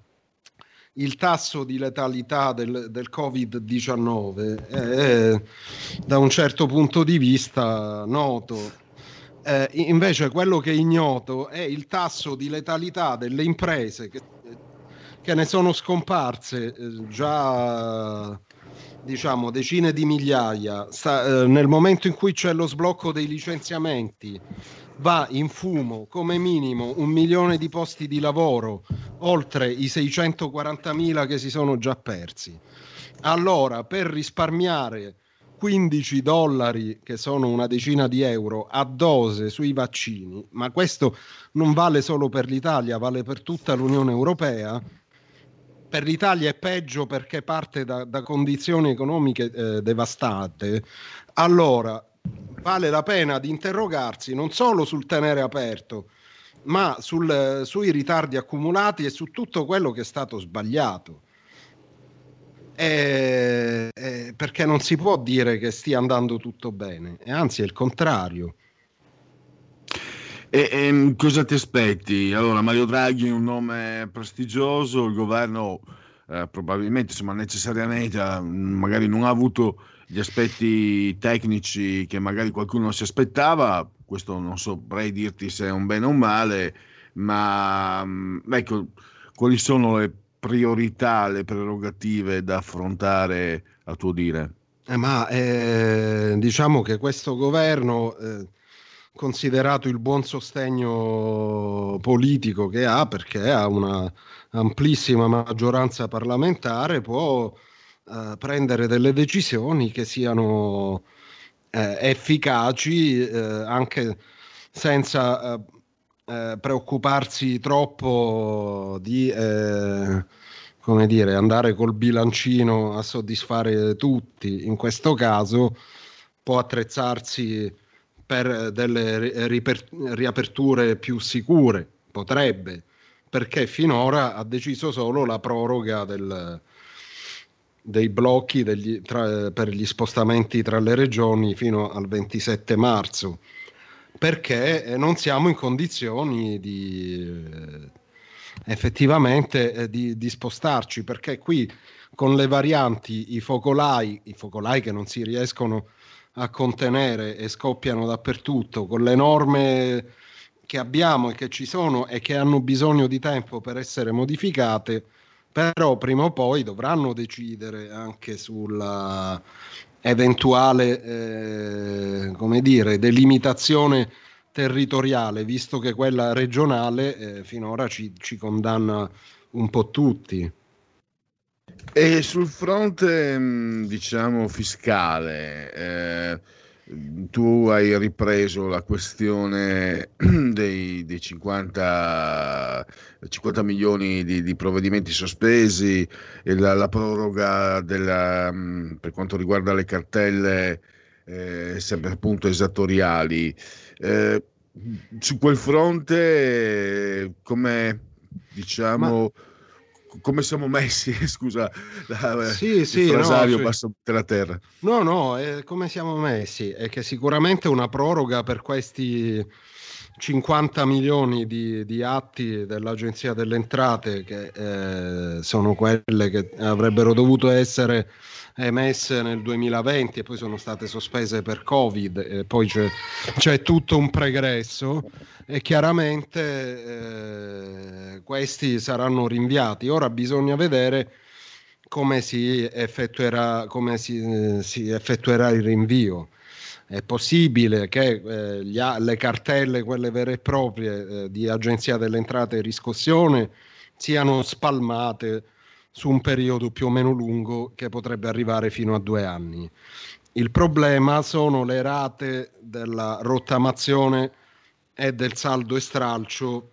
il tasso di letalità del, del covid diciannove è da un certo punto di vista noto. Eh, invece quello che è ignoto è il tasso di letalità delle imprese che, che ne sono scomparse eh, già diciamo decine di migliaia. Sta, eh, nel momento in cui c'è lo sblocco dei licenziamenti va in fumo come minimo un milione di posti di lavoro, oltre i seicentoquarantamila che si sono già persi. Allora, per risparmiare quindici dollari, che sono una decina di euro, a dose sui vaccini, ma questo non vale solo per l'Italia, vale per tutta l'Unione Europea. Per l'Italia è peggio perché parte da, da condizioni economiche eh, devastate. Allora vale la pena di interrogarsi non solo sul tenere aperto, ma sul, sui ritardi accumulati e su tutto quello che è stato sbagliato. Eh, eh, perché non si può dire che stia andando tutto bene, e anzi è il contrario. E, e cosa ti aspetti? Allora, Mario Draghi è un nome prestigioso, il governo eh, probabilmente, insomma, necessariamente magari non ha avuto gli aspetti tecnici che magari qualcuno non si aspettava. Questo non saprei dirti se è un bene o un male, ma ecco, quali sono le priorità, le prerogative da affrontare a tuo dire? Eh, ma eh, diciamo che questo governo, eh, considerato il buon sostegno politico che ha, perché ha una amplissima maggioranza parlamentare, può eh, prendere delle decisioni che siano eh, efficaci eh, anche senza eh, eh, preoccuparsi troppo di eh, come dire, andare col bilancino a soddisfare tutti. In questo caso può attrezzarsi per delle riper- riaperture più sicure, potrebbe, perché finora ha deciso solo la proroga del, dei blocchi degli, tra, per gli spostamenti tra le regioni fino al ventisette marzo, perché non siamo in condizioni di eh, effettivamente eh, di, di spostarci, perché qui con le varianti, i focolai, i focolai che non si riescono a contenere e scoppiano dappertutto, con le norme che abbiamo e che ci sono e che hanno bisogno di tempo per essere modificate, però prima o poi dovranno decidere anche sulla eventuale eh, come dire, delimitazione territoriale, visto che quella regionale eh, finora ci, ci condanna un po' tutti. E sul fronte, diciamo, fiscale, eh, tu hai ripreso la questione dei, dei cinquanta, cinquanta milioni di, di provvedimenti sospesi e la, la proroga della, per quanto riguarda le cartelle, eh, sempre appunto esattoriali. Eh, su quel fronte, come diciamo... Ma... come siamo messi? Scusa, la, sì, il sì, frasario no, basso per terra. No, no, eh, come siamo messi? È che sicuramente una proroga per questi cinquanta milioni di, di atti dell'Agenzia delle Entrate, che eh, sono quelle che avrebbero dovuto essere emesse nel duemilaventi e poi sono state sospese per Covid, e poi c'è, c'è tutto un pregresso e chiaramente eh, questi saranno rinviati. Ora bisogna vedere come si effettuerà, come si, eh, si effettuerà il rinvio. È possibile che eh, gli, le cartelle, quelle vere e proprie eh, di Agenzia delle Entrate e Riscossione, siano spalmate su un periodo più o meno lungo che potrebbe arrivare fino a due anni. Il problema sono le rate della rottamazione e del saldo e stralcio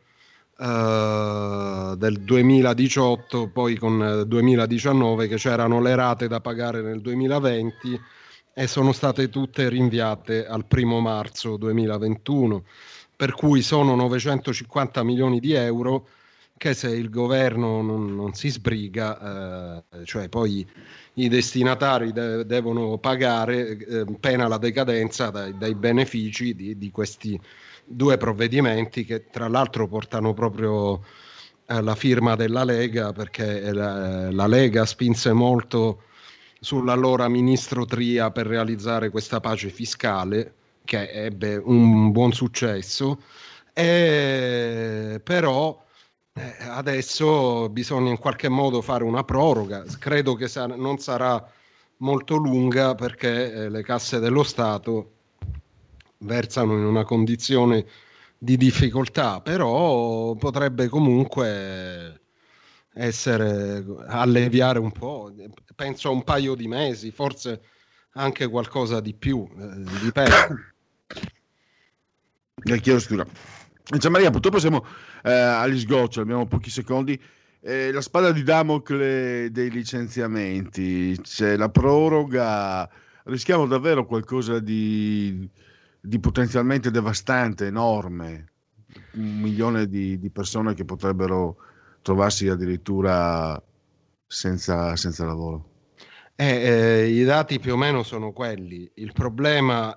eh, del duemiladiciotto, poi con duemiladiciannove, che c'erano le rate da pagare nel duemilaventi e sono state tutte rinviate al primo marzo duemilaventuno, per cui sono novecentocinquanta milioni di euro che se il governo non, non si sbriga, eh, cioè poi i destinatari de- devono pagare, eh, pena la decadenza dai, dai benefici di, di questi due provvedimenti, che tra l'altro portano proprio eh, la firma della Lega, perché la, la Lega spinse molto sull'allora ministro Tria per realizzare questa pace fiscale, che ebbe un buon successo, e però Eh, adesso bisogna in qualche modo fare una proroga. Credo che sa- non sarà molto lunga, perché eh, le casse dello Stato versano in una condizione di difficoltà, però potrebbe comunque essere alleviare un po'. Penso a un paio di mesi, forse anche qualcosa di più, eh, dipende. Eh, chiedo scusa. Gianmaria, purtroppo siamo eh, agli sgocci, abbiamo pochi secondi. Eh, la spada di Damocle dei licenziamenti, c'è la proroga, rischiamo davvero qualcosa di, di potenzialmente devastante, enorme, un milione di, di persone che potrebbero trovarsi addirittura senza, senza lavoro. Eh, eh, i dati più o meno sono quelli. Il problema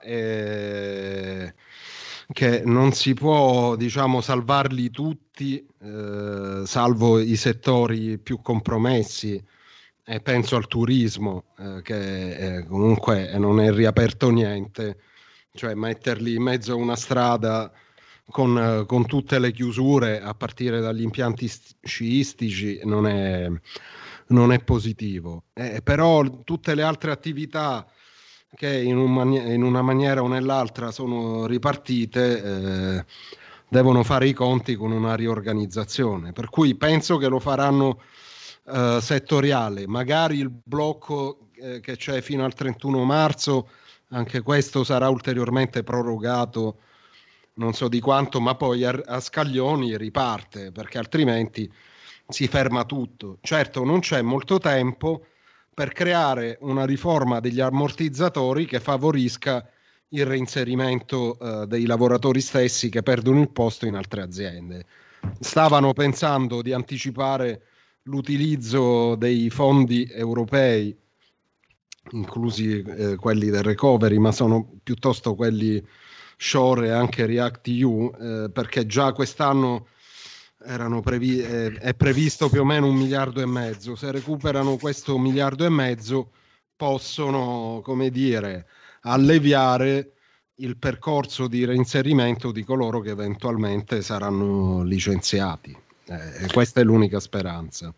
è che non si può, diciamo, salvarli tutti, eh, salvo i settori più compromessi, e penso al turismo, eh, che eh, comunque non è riaperto niente, cioè metterli in mezzo a una strada con, eh, con tutte le chiusure a partire dagli impianti sciistici non è, non è positivo. Eh, però tutte le altre attività che in, un mani- in una maniera o nell'altra sono ripartite, eh, devono fare i conti con una riorganizzazione, per cui penso che lo faranno eh, settoriale, magari il blocco eh, che c'è fino al trentuno marzo, anche questo sarà ulteriormente prorogato, non so di quanto, ma poi a, a scaglioni riparte, perché altrimenti si ferma tutto. Certo, non c'è molto tempo per creare una riforma degli ammortizzatori che favorisca il reinserimento eh, dei lavoratori stessi che perdono il posto in altre aziende. Stavano pensando di anticipare l'utilizzo dei fondi europei, inclusi eh, quelli del recovery, ma sono piuttosto quelli Shore e anche React E U, eh, perché già quest'anno erano previ- eh, è previsto più o meno un miliardo e mezzo. Se recuperano questo miliardo e mezzo possono, come dire, alleviare il percorso di reinserimento di coloro che eventualmente saranno licenziati. Eh, questa è l'unica speranza.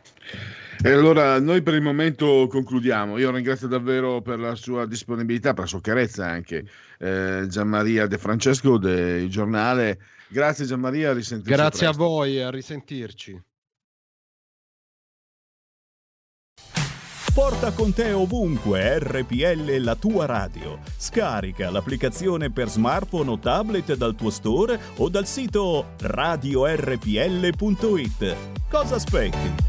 E allora noi per il momento concludiamo. Io ringrazio davvero per la sua disponibilità, per la sua chiarezza anche eh, Gianmaria De Francesco del Giornale. Grazie Gianmaria, a risentirci. Grazie presto. a voi, a risentirci. Porta con te ovunque R P L, la tua radio. Scarica l'applicazione per smartphone o tablet dal tuo store o dal sito radio R P L punto it. Cosa aspetti?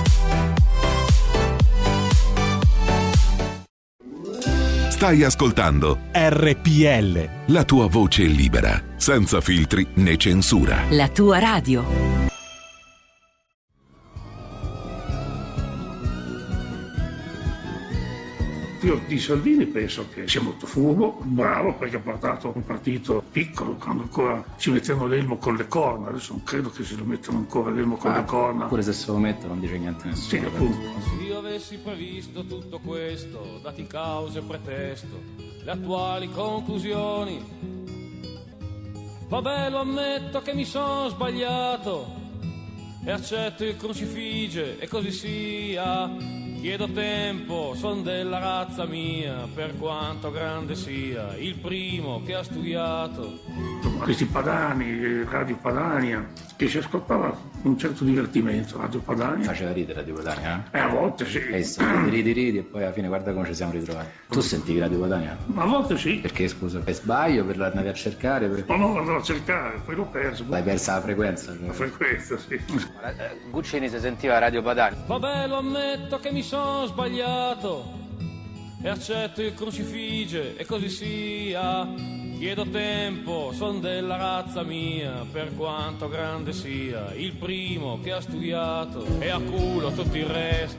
Stai ascoltando R P L, la tua voce libera, senza filtri né censura. La tua radio. Io di Salvini penso che sia molto furbo, bravo, perché ha portato un partito piccolo, quando ancora ci mettevano l'elmo con le corna, adesso non credo che se lo mettano ancora l'elmo con ah, le corna. Pure se se lo mettono non dice niente nessuno. Sì, appunto. Se io avessi previsto tutto questo, dati cause e pretesto, le attuali conclusioni, vabbè, lo ammetto che mi sono sbagliato e accetto il crucifige e così sia. Chiedo tempo, son della razza mia, per quanto grande sia, il primo che ha studiato. Questi Padani, Radio Padania, che si ascoltava un certo divertimento, Radio Padania. Faceva ridere Radio Padania, eh? Eh, a volte sì. E sì, ridi, ridi e poi alla fine guarda come ci siamo ritrovati. Tu sentivi Radio Padania? Ma a volte sì. Perché, scusa, per sbaglio, per l'andavi a cercare? Per... No, no, l'andavo a cercare, poi l'ho perso. L'hai persa la frequenza? Cioè. La frequenza, sì. Guccini si sentiva Radio Padania. Vabbè, lo ammetto che mi sono sbagliato e accetto il crucifige e così sia. Chiedo tempo, son della razza mia, per quanto grande sia, il primo che ha studiato e a culo tutto il resto.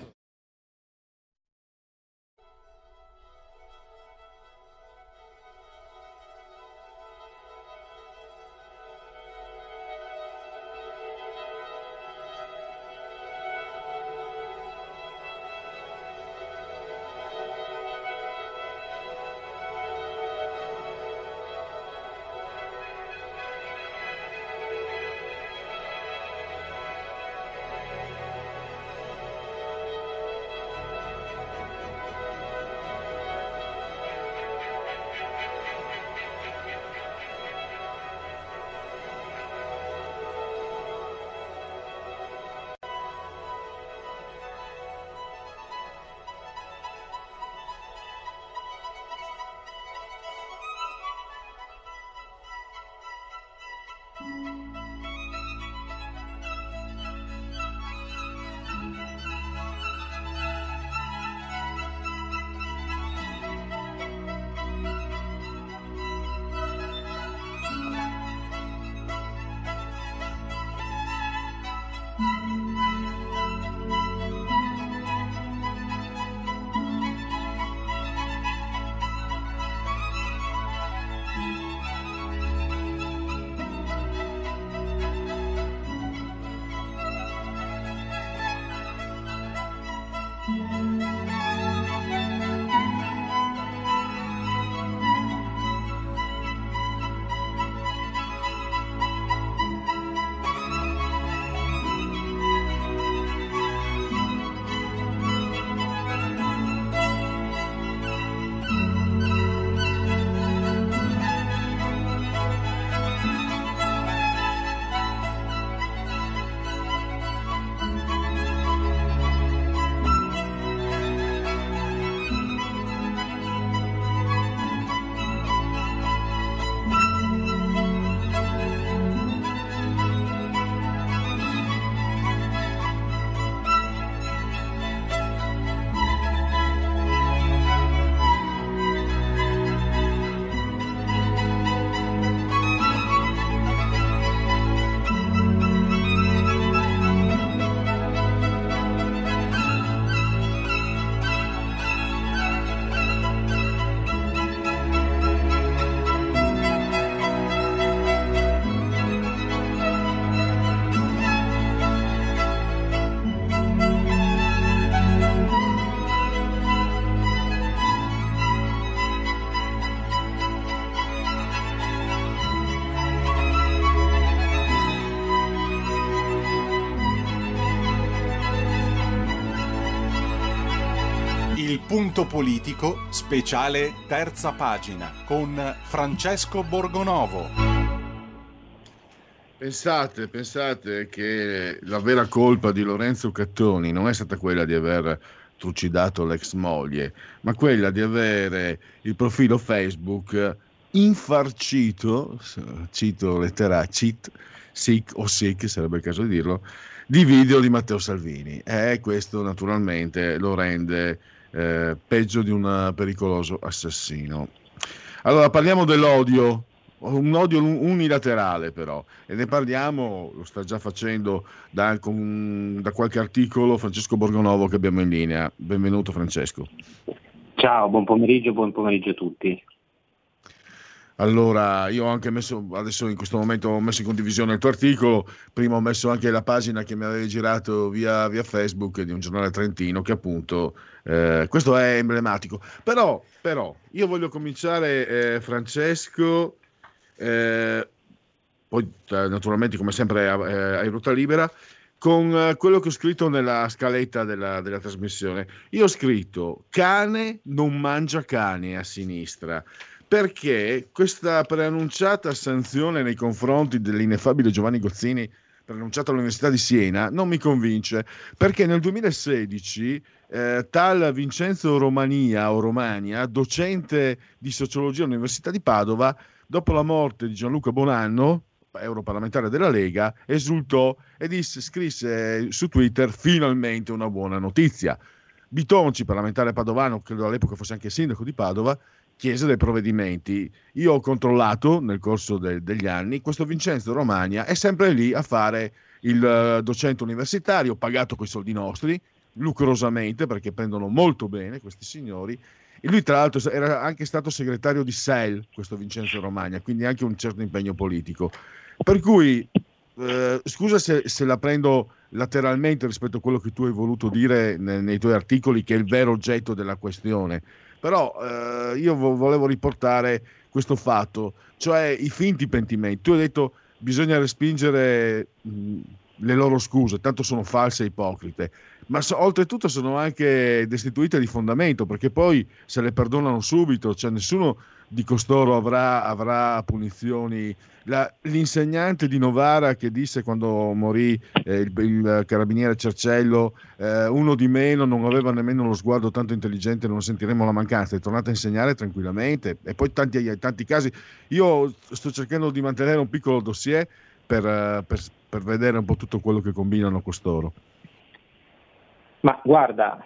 Punto politico, speciale terza pagina, con Francesco Borgonovo. Pensate, pensate che la vera colpa di Lorenzo Cattoni non è stata quella di aver trucidato l'ex moglie, ma quella di avere il profilo Facebook infarcito, cito lettera cheat, sic o sic, sarebbe il caso di dirlo, di video di Matteo Salvini. E questo naturalmente lo rende eh, peggio di un pericoloso assassino. Allora parliamo dell'odio, un odio unilaterale però, e ne parliamo, lo sta già facendo da, con, da qualche articolo Francesco Borgonovo che abbiamo in linea. Benvenuto Francesco. Ciao, buon pomeriggio, buon pomeriggio a tutti. Allora, io ho anche messo, adesso in questo momento ho messo in condivisione il tuo articolo, prima ho messo anche la pagina che mi avevi girato via, via Facebook di un giornale trentino che appunto, eh, questo è emblematico. Però, però, io voglio cominciare, eh, Francesco, eh, poi eh, naturalmente come sempre eh, hai ruota libera, con eh, quello che ho scritto nella scaletta della, della trasmissione. Io ho scritto cane non mangia cane a sinistra, perché questa preannunciata sanzione nei confronti dell'ineffabile Giovanni Gozzini, preannunciata all'Università di Siena, non mi convince, perché nel duemilasedici eh, tal Vincenzo Romania o Romania, docente di sociologia all'Università di Padova, dopo la morte di Gianluca Bonanno, europarlamentare della Lega, esultò e disse, scrisse su Twitter: finalmente una buona notizia. Bitonci, parlamentare padovano, credo all'epoca fosse anche sindaco di Padova, chiese dei provvedimenti. Io ho controllato nel corso de- degli anni, questo Vincenzo Romagna è sempre lì a fare il uh, docente universitario, pagato coi soldi nostri, lucrosamente, perché prendono molto bene questi signori. E lui tra l'altro era anche stato segretario di S E L, questo Vincenzo Romagna, quindi anche un certo impegno politico. Per cui, eh, scusa se, se la prendo lateralmente rispetto a quello che tu hai voluto dire nei, nei tuoi articoli, che è il vero oggetto della questione, però eh, io vo- volevo riportare questo fatto, cioè i finti pentimenti. Tu hai detto bisogna respingere mh, le loro scuse, tanto sono false e ipocrite, ma so, oltretutto sono anche destituite di fondamento, perché poi se le perdonano subito, cioè nessuno di costoro avrà, avrà punizioni. La, l'insegnante di Novara che disse quando morì eh, il, il carabiniere Cercello, eh, uno di meno, non aveva nemmeno lo sguardo tanto intelligente, non sentiremo la mancanza, è tornata a insegnare tranquillamente. E poi tanti, tanti casi. Io sto cercando di mantenere un piccolo dossier per, per, per vedere un po' tutto quello che combinano costoro. Ma guarda,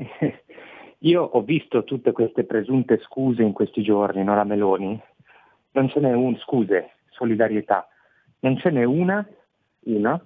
io ho visto tutte queste presunte scuse in questi giorni, no, la Meloni? Non ce n'è un, scuse, solidarietà, non ce n'è una, una,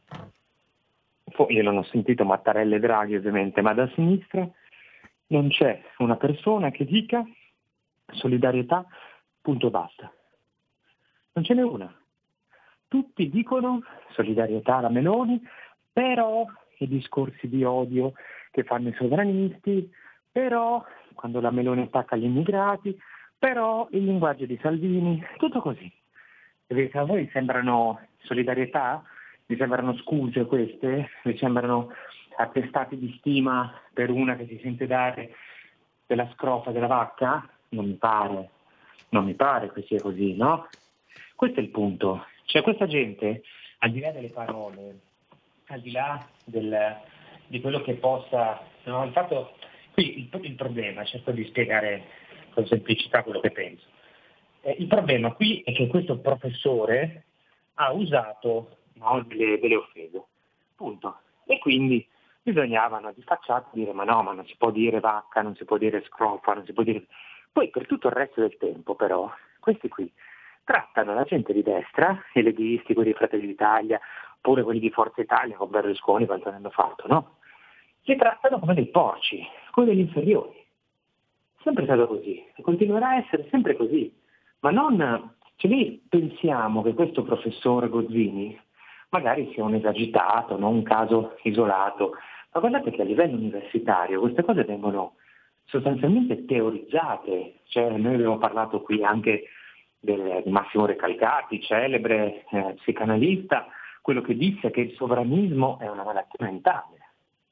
io non ho sentito Mattarella e Draghi ovviamente, ma da sinistra non c'è una persona che dica solidarietà, punto e basta. Non ce n'è una. Tutti dicono solidarietà alla Meloni, però i discorsi di odio che fanno i sovranisti, però quando la Meloni attacca gli immigrati, però il linguaggio di Salvini, tutto così. A voi sembrano solidarietà? Vi sembrano scuse queste? Vi sembrano attestati di stima per una che si sente dare della scrofa della vacca? Non mi pare, non mi pare che sia così, no? Questo è il punto. Cioè questa gente, al di là delle parole, al di là del, di quello che possa, no, il fatto, qui il, il problema, cerco di spiegare con semplicità quello che penso. Eh, il problema qui è che questo professore ha usato, no, delle, delle offese, punto. E quindi bisognava di facciata dire ma no, ma non si può dire vacca, non si può dire scrofa, non si può dire. Poi per tutto il resto del tempo però, questi qui trattano la gente di destra, i leghisti, quelli di Fratelli d'Italia, oppure quelli di Forza Italia con Berlusconi quanto ne hanno fatto, no? Li trattano come dei porci, come degli inferiori. Sempre stato così, e continuerà a essere sempre così. Ma non, cioè noi pensiamo che questo professor Gozzini magari sia un esagitato, non un caso isolato, ma guardate che a livello universitario queste cose vengono sostanzialmente teorizzate. Cioè noi abbiamo parlato qui anche del, di Massimo Recalcati, celebre eh, psicanalista, quello che disse che il sovranismo è una malattia mentale.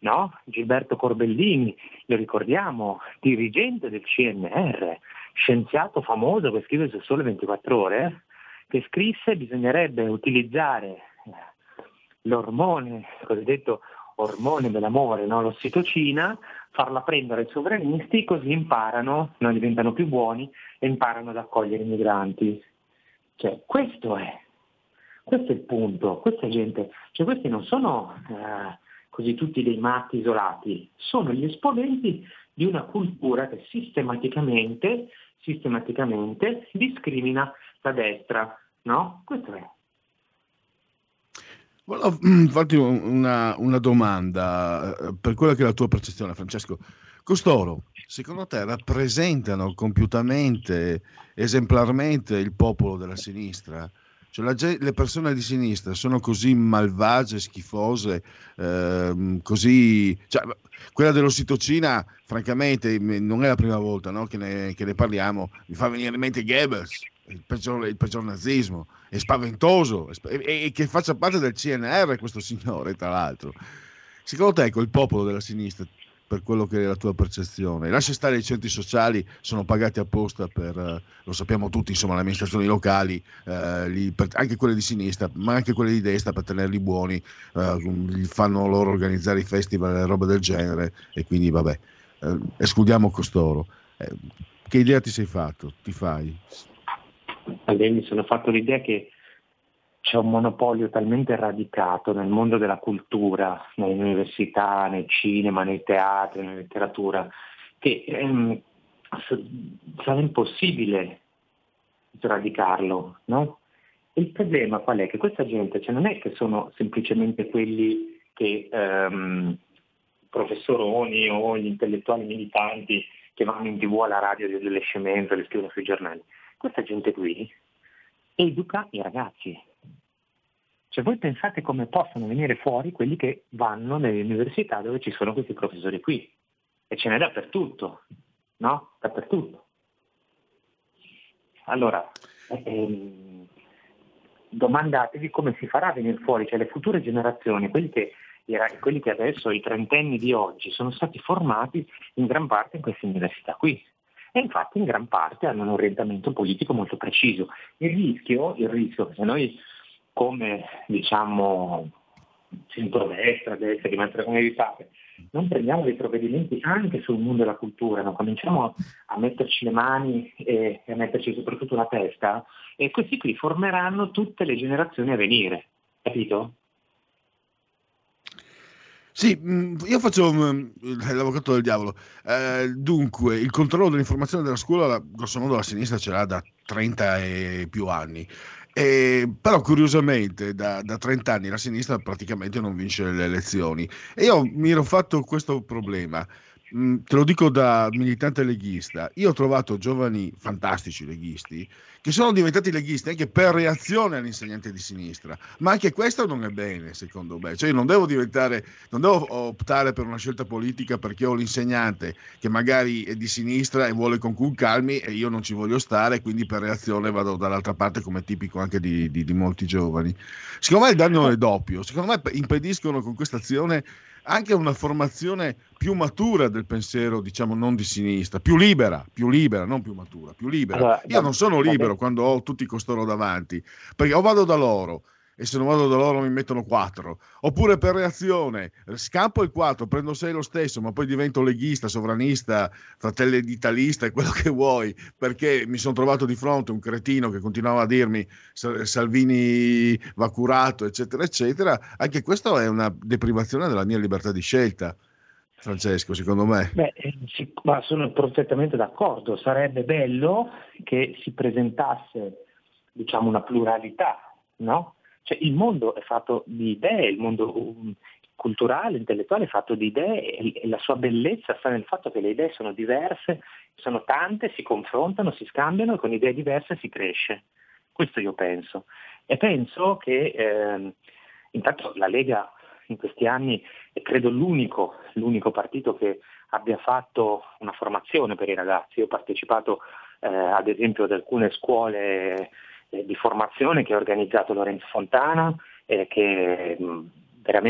no? Gilberto Corbellini, lo ricordiamo, dirigente del C N R, scienziato famoso che scrive su Sole ventiquattro Ore, che scrisse bisognerebbe utilizzare l'ormone, il cosiddetto ormone dell'amore, no? L'ossitocina, farla prendere ai sovranisti, così imparano, no? Diventano più buoni e imparano ad accogliere i migranti. Cioè, questo è, questo è il punto, questa gente, cioè questi non sono eh, così tutti dei matti isolati, sono gli esponenti di una cultura che sistematicamente, sistematicamente discrimina la destra, no? Questo è. Volevo farti una, una domanda per quella che è la tua percezione, Francesco. Costoro, secondo te, rappresentano compiutamente, esemplarmente il popolo della sinistra? Cioè la, le persone di sinistra sono così malvagie, schifose, ehm, così... Cioè, quella dell'ossitocina, francamente, non è la prima volta, no, che, ne, che ne parliamo. Mi fa venire in mente Goebbels, il peggior, il peggior nazismo, è spaventoso, e, e che faccia parte del C N R questo signore, tra l'altro. Secondo te, ecco, il popolo della sinistra, per quello che è la tua percezione, lascia stare i centri sociali, sono pagati apposta per, eh, lo sappiamo tutti, insomma, le amministrazioni locali, eh, li, per, anche quelle di sinistra, ma anche quelle di destra, per tenerli buoni, eh, gli fanno loro organizzare i festival e roba del genere, e quindi vabbè, eh, escludiamo costoro. Eh, che idea ti sei fatto? Ti fai? Allora, mi sono fatto l'idea che c'è un monopolio talmente radicato nel mondo della cultura, nelle università, nel cinema, nei teatri, nella letteratura, che ehm, sarà impossibile sradicarlo, no? Il problema qual è? Che questa gente, cioè non è che sono semplicemente quelli che ehm, professoroni o gli intellettuali militanti che vanno in tv, alla radio, delle scemenze, le scrivono sui giornali. Questa gente qui educa i ragazzi. Cioè voi pensate come possono venire fuori quelli che vanno nelle università dove ci sono questi professori qui? E ce n'è dappertutto, no? Dappertutto. Allora, ehm, domandatevi come si farà a venire fuori, cioè le future generazioni, quelli che, quelli che adesso, i trentenni di oggi, sono stati formati in gran parte in queste università qui. E infatti in gran parte hanno un orientamento politico molto preciso. Il rischio, il rischio che se noi come diciamo centrodestra, destra, di mettere come evitare, non prendiamo dei provvedimenti anche sul mondo della cultura, non cominciamo a metterci le mani e a metterci soprattutto la testa, e questi qui formeranno tutte le generazioni a venire, capito? Sì, io faccio l'avvocato del diavolo. Eh, dunque, il controllo dell'informazione della scuola, grosso modo, la sinistra ce l'ha da trenta e più anni. Eh, però curiosamente da, da trenta anni la sinistra praticamente non vince le elezioni, e io mi ero fatto questo problema. Mm, te lo dico da militante leghista, io ho trovato giovani fantastici leghisti che sono diventati leghisti anche per reazione all'insegnante di sinistra, ma anche questo non è bene secondo me. Cioè io non devo diventare, non devo optare per una scelta politica perché ho l'insegnante che magari è di sinistra e vuole conculcarmi e io non ci voglio stare, quindi per reazione vado dall'altra parte, come tipico anche di, di, di molti giovani. Secondo me il danno è doppio, secondo me impediscono con questa azione anche una formazione più matura del pensiero, diciamo non di sinistra, più libera, più libera, non più matura, più libera. Allora, io non sono libero quando ho tutti costoro davanti, perché o vado da loro e se non vado da loro mi mettono quattro, oppure per reazione scampo il quattro, prendo sei lo stesso, ma poi divento leghista, sovranista, fratelli d'italista e quello che vuoi, perché mi sono trovato di fronte un cretino che continuava a dirmi Salvini va curato, eccetera eccetera. Anche questo è una deprivazione della mia libertà di scelta, Francesco, secondo me. Beh, sì, ma sono perfettamente d'accordo. Sarebbe bello che si presentasse, diciamo, una pluralità, no? Cioè il mondo è fatto di idee, il mondo um, culturale, intellettuale è fatto di idee, e, e la sua bellezza sta nel fatto che le idee sono diverse, sono tante, si confrontano, si scambiano e con idee diverse si cresce. Questo io penso. E penso che eh, intanto la Lega in questi anni è credo l'unico, l'unico partito che abbia fatto una formazione per i ragazzi. Io ho partecipato eh, ad esempio ad alcune scuole di formazione che ha organizzato Lorenzo Fontana, eh, che mh, veramente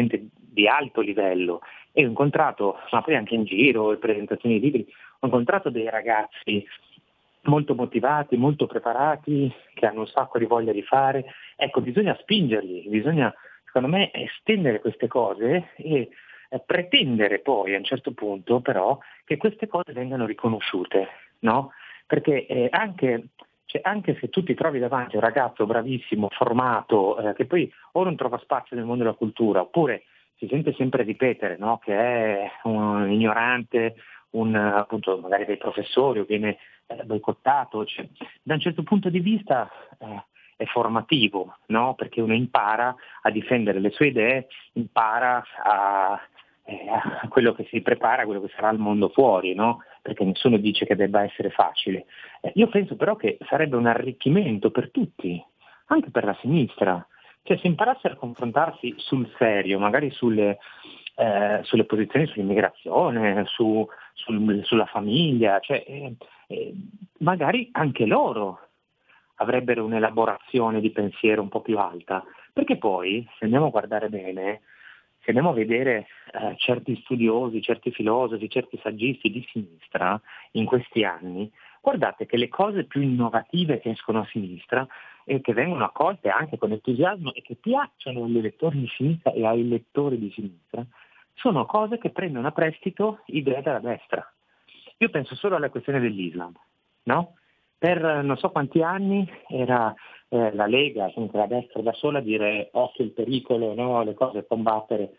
di alto livello, e ho incontrato, ma poi anche in giro, in presentazioni di libri, ho incontrato dei ragazzi molto motivati, molto preparati, che hanno un sacco di voglia di fare. Ecco, bisogna spingerli, bisogna, secondo me, estendere queste cose e eh, pretendere poi a un certo punto però che queste cose vengano riconosciute, no? Perché eh, anche, cioè, anche se tu ti trovi davanti a un ragazzo bravissimo, formato, eh, che poi o non trova spazio nel mondo della cultura, oppure si sente sempre ripetere, no? Che è un ignorante, un, appunto magari dei professori, o viene eh, boicottato, cioè, da un certo punto di vista eh, è formativo, no? Perché uno impara a difendere le sue idee, impara a, eh, a quello che si prepara, a quello che sarà il mondo fuori, no? Perché nessuno dice che debba essere facile. Eh, io penso però che sarebbe un arricchimento per tutti, anche per la sinistra. Cioè, se imparasse a confrontarsi sul serio, magari sulle, eh, sulle posizioni sull'immigrazione, su, sul, sulla famiglia, cioè, eh, eh, magari anche loro avrebbero un'elaborazione di pensiero un po' più alta. Perché poi, se andiamo a guardare bene, se andiamo a vedere eh, certi studiosi, certi filosofi, certi saggisti di sinistra in questi anni, guardate che le cose più innovative che escono a sinistra e che vengono accolte anche con entusiasmo e che piacciono agli elettori di sinistra e ai lettori di sinistra, sono cose che prendono a prestito idee dalla destra. Io penso solo alla questione dell'Islam, no? Per non so quanti anni era eh, la Lega, comunque la destra da sola, a dire occhio il pericolo, no? Le cose da combattere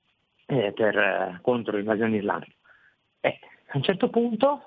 eh, per, eh, contro l'invasione islamica. E a un certo punto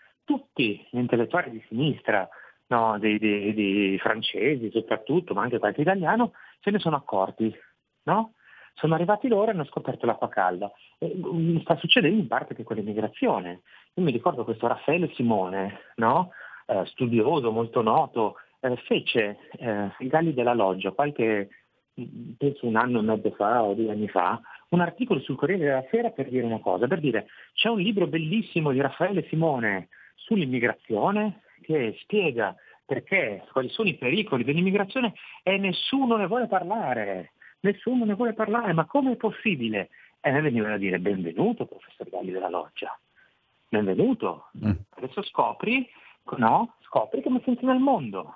tutti gli intellettuali di sinistra, no, dei, dei, dei francesi soprattutto, ma anche qualche italiano, se ne sono accorti, no? Sono arrivati loro e hanno scoperto l'acqua calda. E, um, sta succedendo in parte anche con l'immigrazione. Io mi ricordo questo Raffaele Simone, no? eh, studioso, molto noto, eh, fece eh, i Galli della Loggia, qualche, penso un anno e mezzo fa o due anni fa, un articolo sul Corriere della Sera per dire una cosa, per dire c'è un libro bellissimo di Raffaele Simone sull'immigrazione che spiega perché, quali sono i pericoli dell'immigrazione e nessuno ne vuole parlare, nessuno ne vuole parlare, ma come è possibile? E a me venivano a dire benvenuto professor Galli della Loggia, benvenuto, mm. adesso scopri, no? Scopri come funziona il mondo.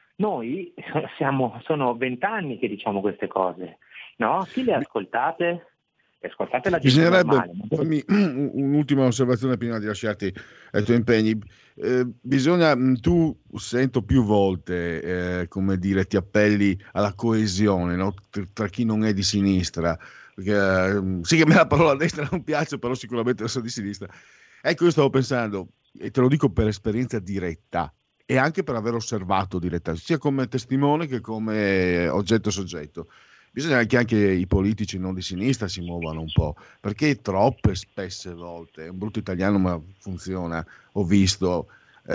Noi siamo, sono vent'anni che diciamo queste cose, no? Chi le ascoltate? Ascoltate la gente Bisognerebbe, normale. fammi un'ultima osservazione prima di lasciarti ai tuoi impegni. Eh, bisogna, tu sento più volte, eh, come dire, ti appelli alla coesione, no? Tra chi non è di sinistra, perché eh, sì che a me la parola destra non piace, però sicuramente sono di sinistra. Ecco, io stavo pensando, e te lo dico per esperienza diretta, e anche per aver osservato diretta, sia come testimone che come oggetto soggetto. Bisogna che anche i politici non di sinistra si muovano un po', perché troppe spesse volte, è un brutto italiano ma funziona, ho visto eh,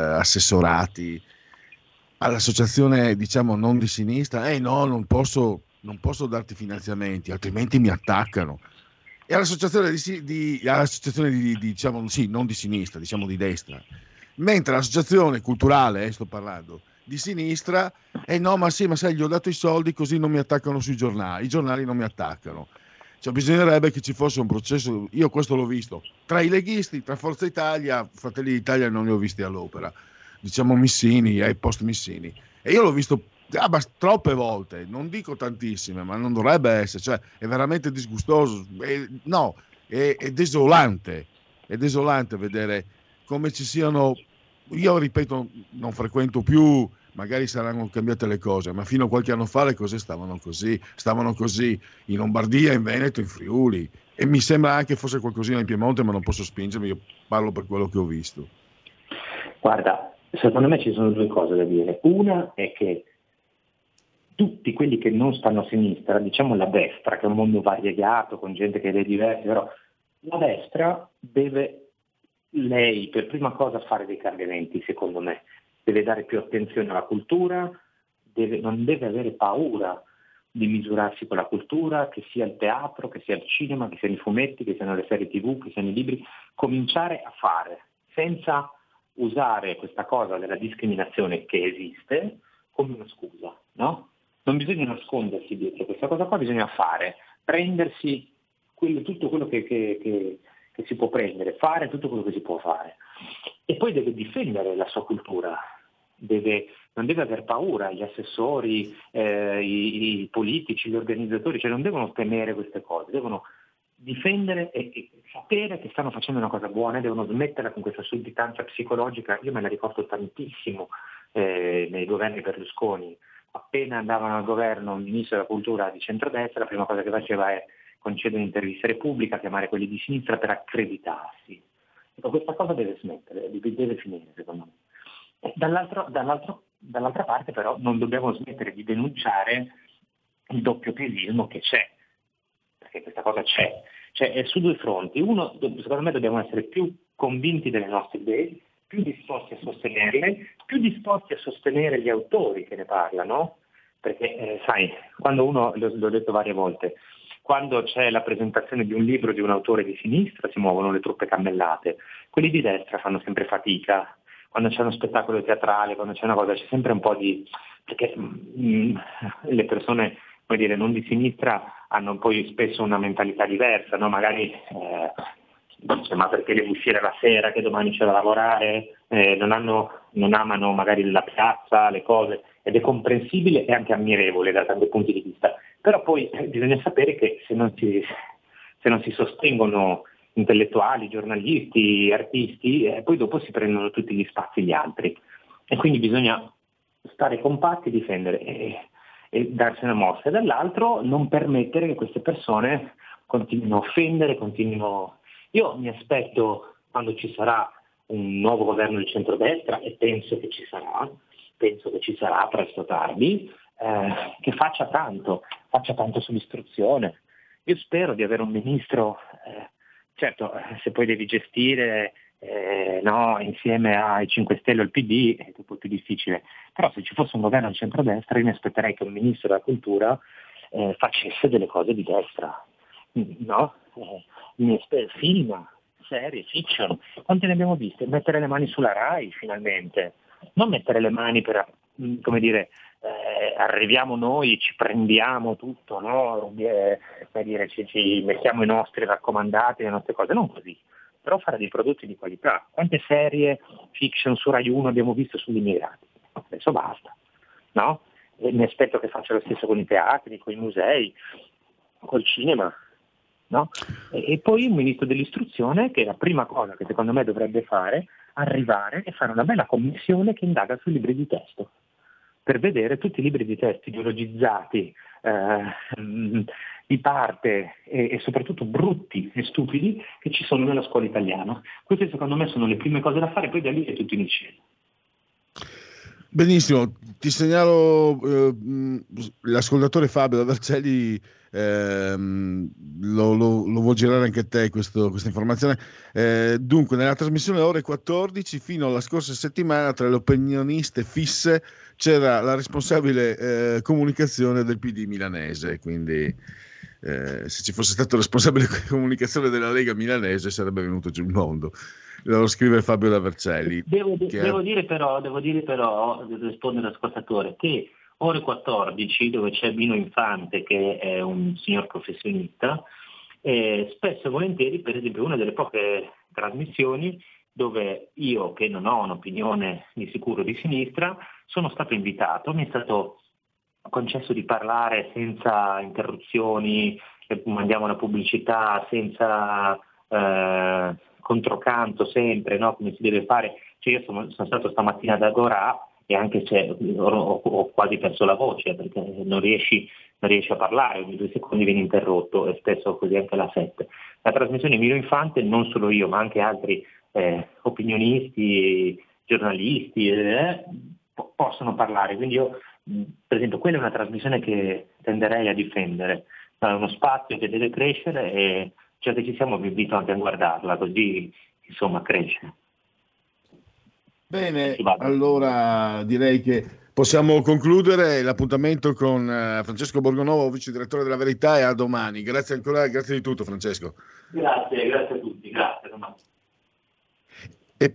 assessorati all'associazione diciamo non di sinistra, eh no, non posso, non posso darti finanziamenti, altrimenti mi attaccano. E all'associazione di, di, all'associazione di, di diciamo sì, non di sinistra, diciamo di destra. Mentre l'associazione culturale, eh, sto parlando, di sinistra, e eh no, ma sì, ma sai, gli ho dato i soldi così non mi attaccano sui giornali, i giornali non mi attaccano. Cioè, bisognerebbe che ci fosse un processo, io questo l'ho visto, tra i leghisti, tra Forza Italia, Fratelli d'Italia non li ho visti all'opera, diciamo Missini e eh, post Missini. E io l'ho visto ah, troppe volte, non dico tantissime, ma non dovrebbe essere, cioè è veramente disgustoso, è, no, è, è desolante, è desolante vedere come ci siano, io ripeto, non frequento più, magari saranno cambiate le cose, ma fino a qualche anno fa le cose stavano così, stavano così in Lombardia, in Veneto, in Friuli, e mi sembra anche fosse qualcosina in Piemonte, ma non posso spingermi, io parlo per quello che ho visto. Guarda, secondo me ci sono due cose da dire. Una è che tutti quelli che non stanno a sinistra, diciamo la destra, che è un mondo variegato, con gente che ha idee diverse, però la destra deve, lei per prima cosa, fare dei cambiamenti, secondo me. Deve dare più attenzione alla cultura, deve, non deve avere paura di misurarsi con la cultura, che sia il teatro, che sia il cinema, che siano i fumetti, che siano le serie tv, che siano i libri, cominciare a fare, senza usare questa cosa della discriminazione che esiste come una scusa, no? Non bisogna nascondersi dietro questa cosa qua, bisogna fare, prendersi quello, tutto quello che, che, che, che si può prendere, fare tutto quello che si può fare. E poi deve difendere la sua cultura, deve, non deve aver paura, gli assessori, eh, i, i politici, gli organizzatori, cioè non devono temere queste cose, devono difendere e, e sapere che stanno facendo una cosa buona, devono smetterla con questa sudditanza psicologica. Io me la ricordo tantissimo eh, nei governi Berlusconi. Appena andavano al governo un ministro della cultura di centrodestra, la prima cosa che faceva è concedere un'intervista a Repubblica, chiamare quelli di sinistra per accreditarsi. Ecco, questa cosa deve smettere, deve finire secondo me. Dall'altro, dall'altro, dall'altra parte però non dobbiamo smettere di denunciare il doppiopesismo che c'è, perché questa cosa c'è, cioè è su due fronti. Uno, secondo me dobbiamo essere più convinti delle nostre idee, più disposti a sostenerle, più disposti a sostenere gli autori che ne parlano, perché eh, sai, quando uno, l'ho detto varie volte, quando c'è la presentazione di un libro di un autore di sinistra si muovono le truppe cammellate, quelli di destra fanno sempre fatica, quando c'è uno spettacolo teatrale, quando c'è una cosa, c'è sempre un po' di... perché mh, le persone, come dire, non di sinistra hanno poi spesso una mentalità diversa, no? Magari eh, dice, ma perché devo uscire la sera, che domani c'è da lavorare, eh, non, hanno, non amano magari la piazza, le cose, ed è comprensibile e anche ammirevole da tanti punti di vista. Però poi eh, bisogna sapere che se non si, se non si sostengono intellettuali, giornalisti, artisti, eh, poi dopo si prendono tutti gli spazi gli altri. E quindi bisogna stare compatti e difendere e, e darsi una mossa. E dall'altro non permettere che queste persone continuino a offendere, continuino... Io mi aspetto, quando ci sarà un nuovo governo di centrodestra, e penso che ci sarà, penso che ci sarà presto o tardi, eh, che faccia tanto, faccia tanto sull'istruzione. Io spero di avere un ministro, eh, certo, se poi devi gestire eh, no, insieme ai cinque Stelle o al P D è un po' più difficile, però se ci fosse un governo di centrodestra io mi aspetterei che un ministro della cultura eh, facesse delle cose di destra, no? Eh, mi aspetto, film, serie, fiction, quante ne abbiamo viste? Mettere le mani sulla Rai finalmente, non mettere le mani per, come dire, eh, arriviamo noi, ci prendiamo tutto, no? Eh, come dire, ci, ci mettiamo i nostri raccomandati, le nostre cose, non così, però fare dei prodotti di qualità. Quante serie fiction su Rai uno abbiamo visto sugli immigrati? Adesso basta, no? E mi aspetto che faccia lo stesso con i teatri, con i musei, col cinema. No? E, e poi il ministro dell'istruzione, che è la prima cosa che secondo me dovrebbe fare, arrivare e fare una bella commissione che indaga sui libri di testo, per vedere tutti i libri di testo ideologizzati, eh, di parte e, e soprattutto brutti e stupidi che ci sono nella scuola italiana. Queste secondo me sono le prime cose da fare, poi da lì è tutto in cielo. Benissimo, ti segnalo eh, l'ascoltatore Fabio da Vercelli, eh, lo, lo, lo vuol girare anche a te questo, questa informazione. Eh, dunque, nella trasmissione ore quattordici fino alla scorsa settimana tra le opinioniste fisse c'era la responsabile eh, comunicazione del P D milanese, quindi eh, se ci fosse stato responsabile comunicazione della Lega milanese sarebbe venuto giù il mondo. Lo scrive Fabio da Vercelli. Devo, de- che devo è... dire però, devo dire però, risponde all'ascoltatore, che ore quattordici, dove c'è Bino Infante, che è un signor professionista, eh, spesso e volentieri, per esempio, una delle poche trasmissioni dove io, che non ho un'opinione di sicuro di sinistra, sono stato invitato, mi è stato concesso di parlare senza interruzioni, mandiamo la pubblicità, senza... Eh, controcanto sempre, no? Come si deve fare. Cioè io sono, sono stato stamattina da Agorà e anche se ho, ho quasi perso la voce perché non riesci, non riesci a parlare, ogni due secondi vieni interrotto e spesso così anche la sette. La trasmissione Milo Infante, non solo io ma anche altri eh, opinionisti, giornalisti eh, po- possono parlare, quindi io per esempio quella è una trasmissione che tenderei a difendere, è uno spazio che deve crescere e già che ci siamo vi invito anche a guardarla, così insomma cresce. Bene, allora direi che possiamo concludere l'appuntamento con Francesco Borgonovo, vice direttore della Verità, e a domani. Grazie ancora, grazie di tutto Francesco. Grazie, grazie a tutti, grazie. Domani. E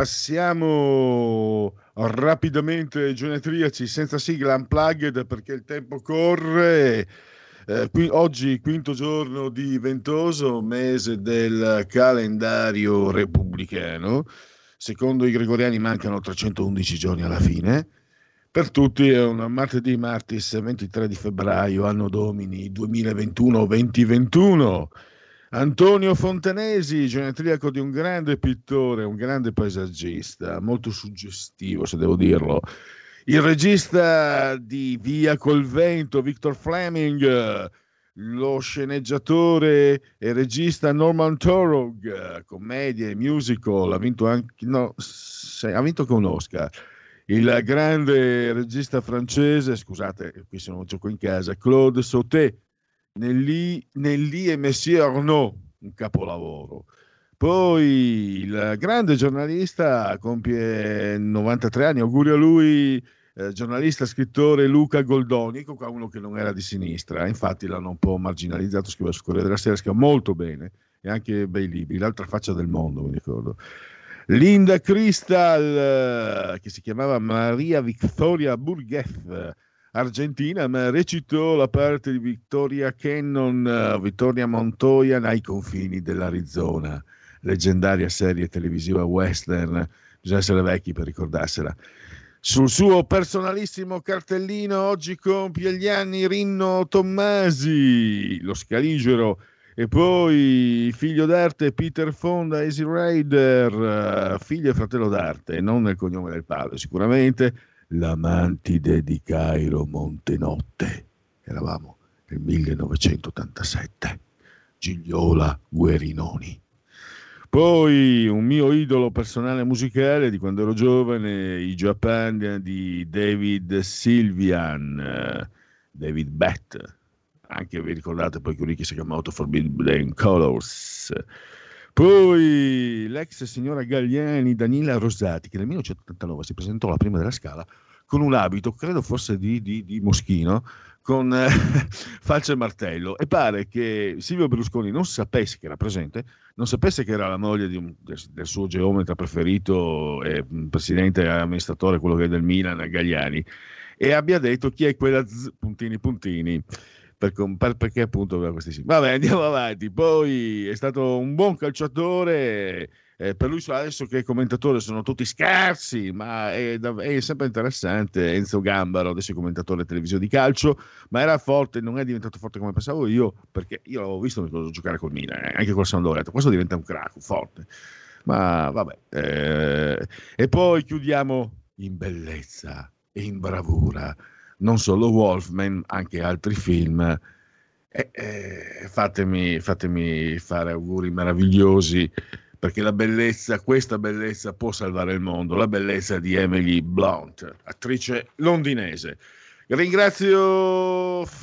passiamo rapidamente ai genetriaci senza sigla unplugged perché il tempo corre. Eh, qui, oggi quinto giorno di ventoso mese del calendario repubblicano. Secondo i gregoriani mancano trecentoundici giorni alla fine. Per tutti è un martedì martis ventitré di febbraio, anno domini duemilaventuno ventiventuno. Antonio Fontanesi, genetriaco di un grande pittore, un grande paesaggista, molto suggestivo se devo dirlo. Il regista di Via col vento, Victor Fleming, lo sceneggiatore e regista Norman Taurog, commedia e musical, ha vinto anche, no, ha vinto con un Oscar. Il grande regista francese, scusate, qui sono un gioco in casa, Claude Sautet, Nelly, Nelly e Monsieur Arnaud, un capolavoro. Poi il grande giornalista compie novantatré anni, auguri a lui, eh, giornalista, scrittore Luca Goldoni, qua uno che non era di sinistra, infatti l'hanno un po' marginalizzato, scriveva su Corriere della Sera, scrive molto bene, e anche bei libri, L'altra faccia del mondo, mi ricordo. Linda Crystal, che si chiamava Maria Victoria Burgheff, argentina, ma recitò la parte di Victoria Cannon, Vittoria Montoya ai confini dell'Arizona, leggendaria serie televisiva western, bisogna essere vecchi per ricordarsela. Sul suo personalissimo cartellino oggi compie gli anni Rinno Tommasi, lo scaligero, e poi figlio d'arte Peter Fonda, Easy Rider, figlio e fratello d'arte, non nel cognome del padre sicuramente, l'amantide di Cairo Montenotte, eravamo nel millenovecentottantasette, Gigliola Guerinoni. Poi un mio idolo personale musicale di quando ero giovane, i Japan di David Sylvian, David Bett, anche vi ricordate poi quelli che si chiama Out of Forbidden Colors. Poi l'ex signora Galliani, Daniela Rosati, che nel millenovecentottantanove si presentò alla prima della Scala con un abito, credo fosse di, di, di moschino, con eh, falce e martello, e pare che Silvio Berlusconi non sapesse che era presente, non sapesse che era la moglie di un, del, del suo geometra preferito, eh, presidente e amministratore, quello che è del Milan, Galliani, e abbia detto chi è quella z, puntini puntini. Per, per, perché appunto aveva questi sì. Vabbè, andiamo avanti. Poi è stato un buon calciatore, eh, per lui adesso che commentatori sono tutti scarsi, ma è, è sempre interessante. Enzo Gambaro, adesso è commentatore televisivo di calcio, ma era forte, non è diventato forte come pensavo io, perché io l'avevo visto giocare col Milan, eh, anche col Sampdoria. Questo diventa un crack, forte, ma vabbè. Eh, e poi chiudiamo in bellezza e in bravura, non solo Wolfman, anche altri film. Eh, eh, fatemi, fatemi fare auguri meravigliosi, perché la bellezza, questa bellezza può salvare il mondo, la bellezza di Emily Blunt, attrice londinese. Ringrazio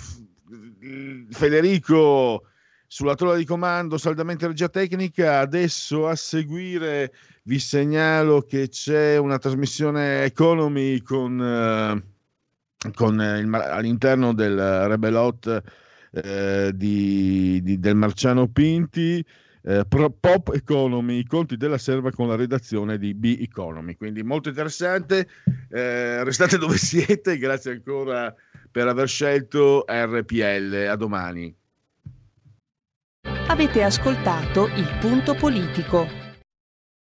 Federico sulla tolla di comando, saldamente regia tecnica. Adesso a seguire vi segnalo che c'è una trasmissione Economy con... Uh, con il, all'interno del Rebelot eh, di, di, del Marciano Pinti, eh, Pop Economy, i conti della serva con la redazione di B Economy, quindi molto interessante. Eh, restate dove siete, grazie ancora per aver scelto R P L, a domani. Avete ascoltato Il Punto Politico.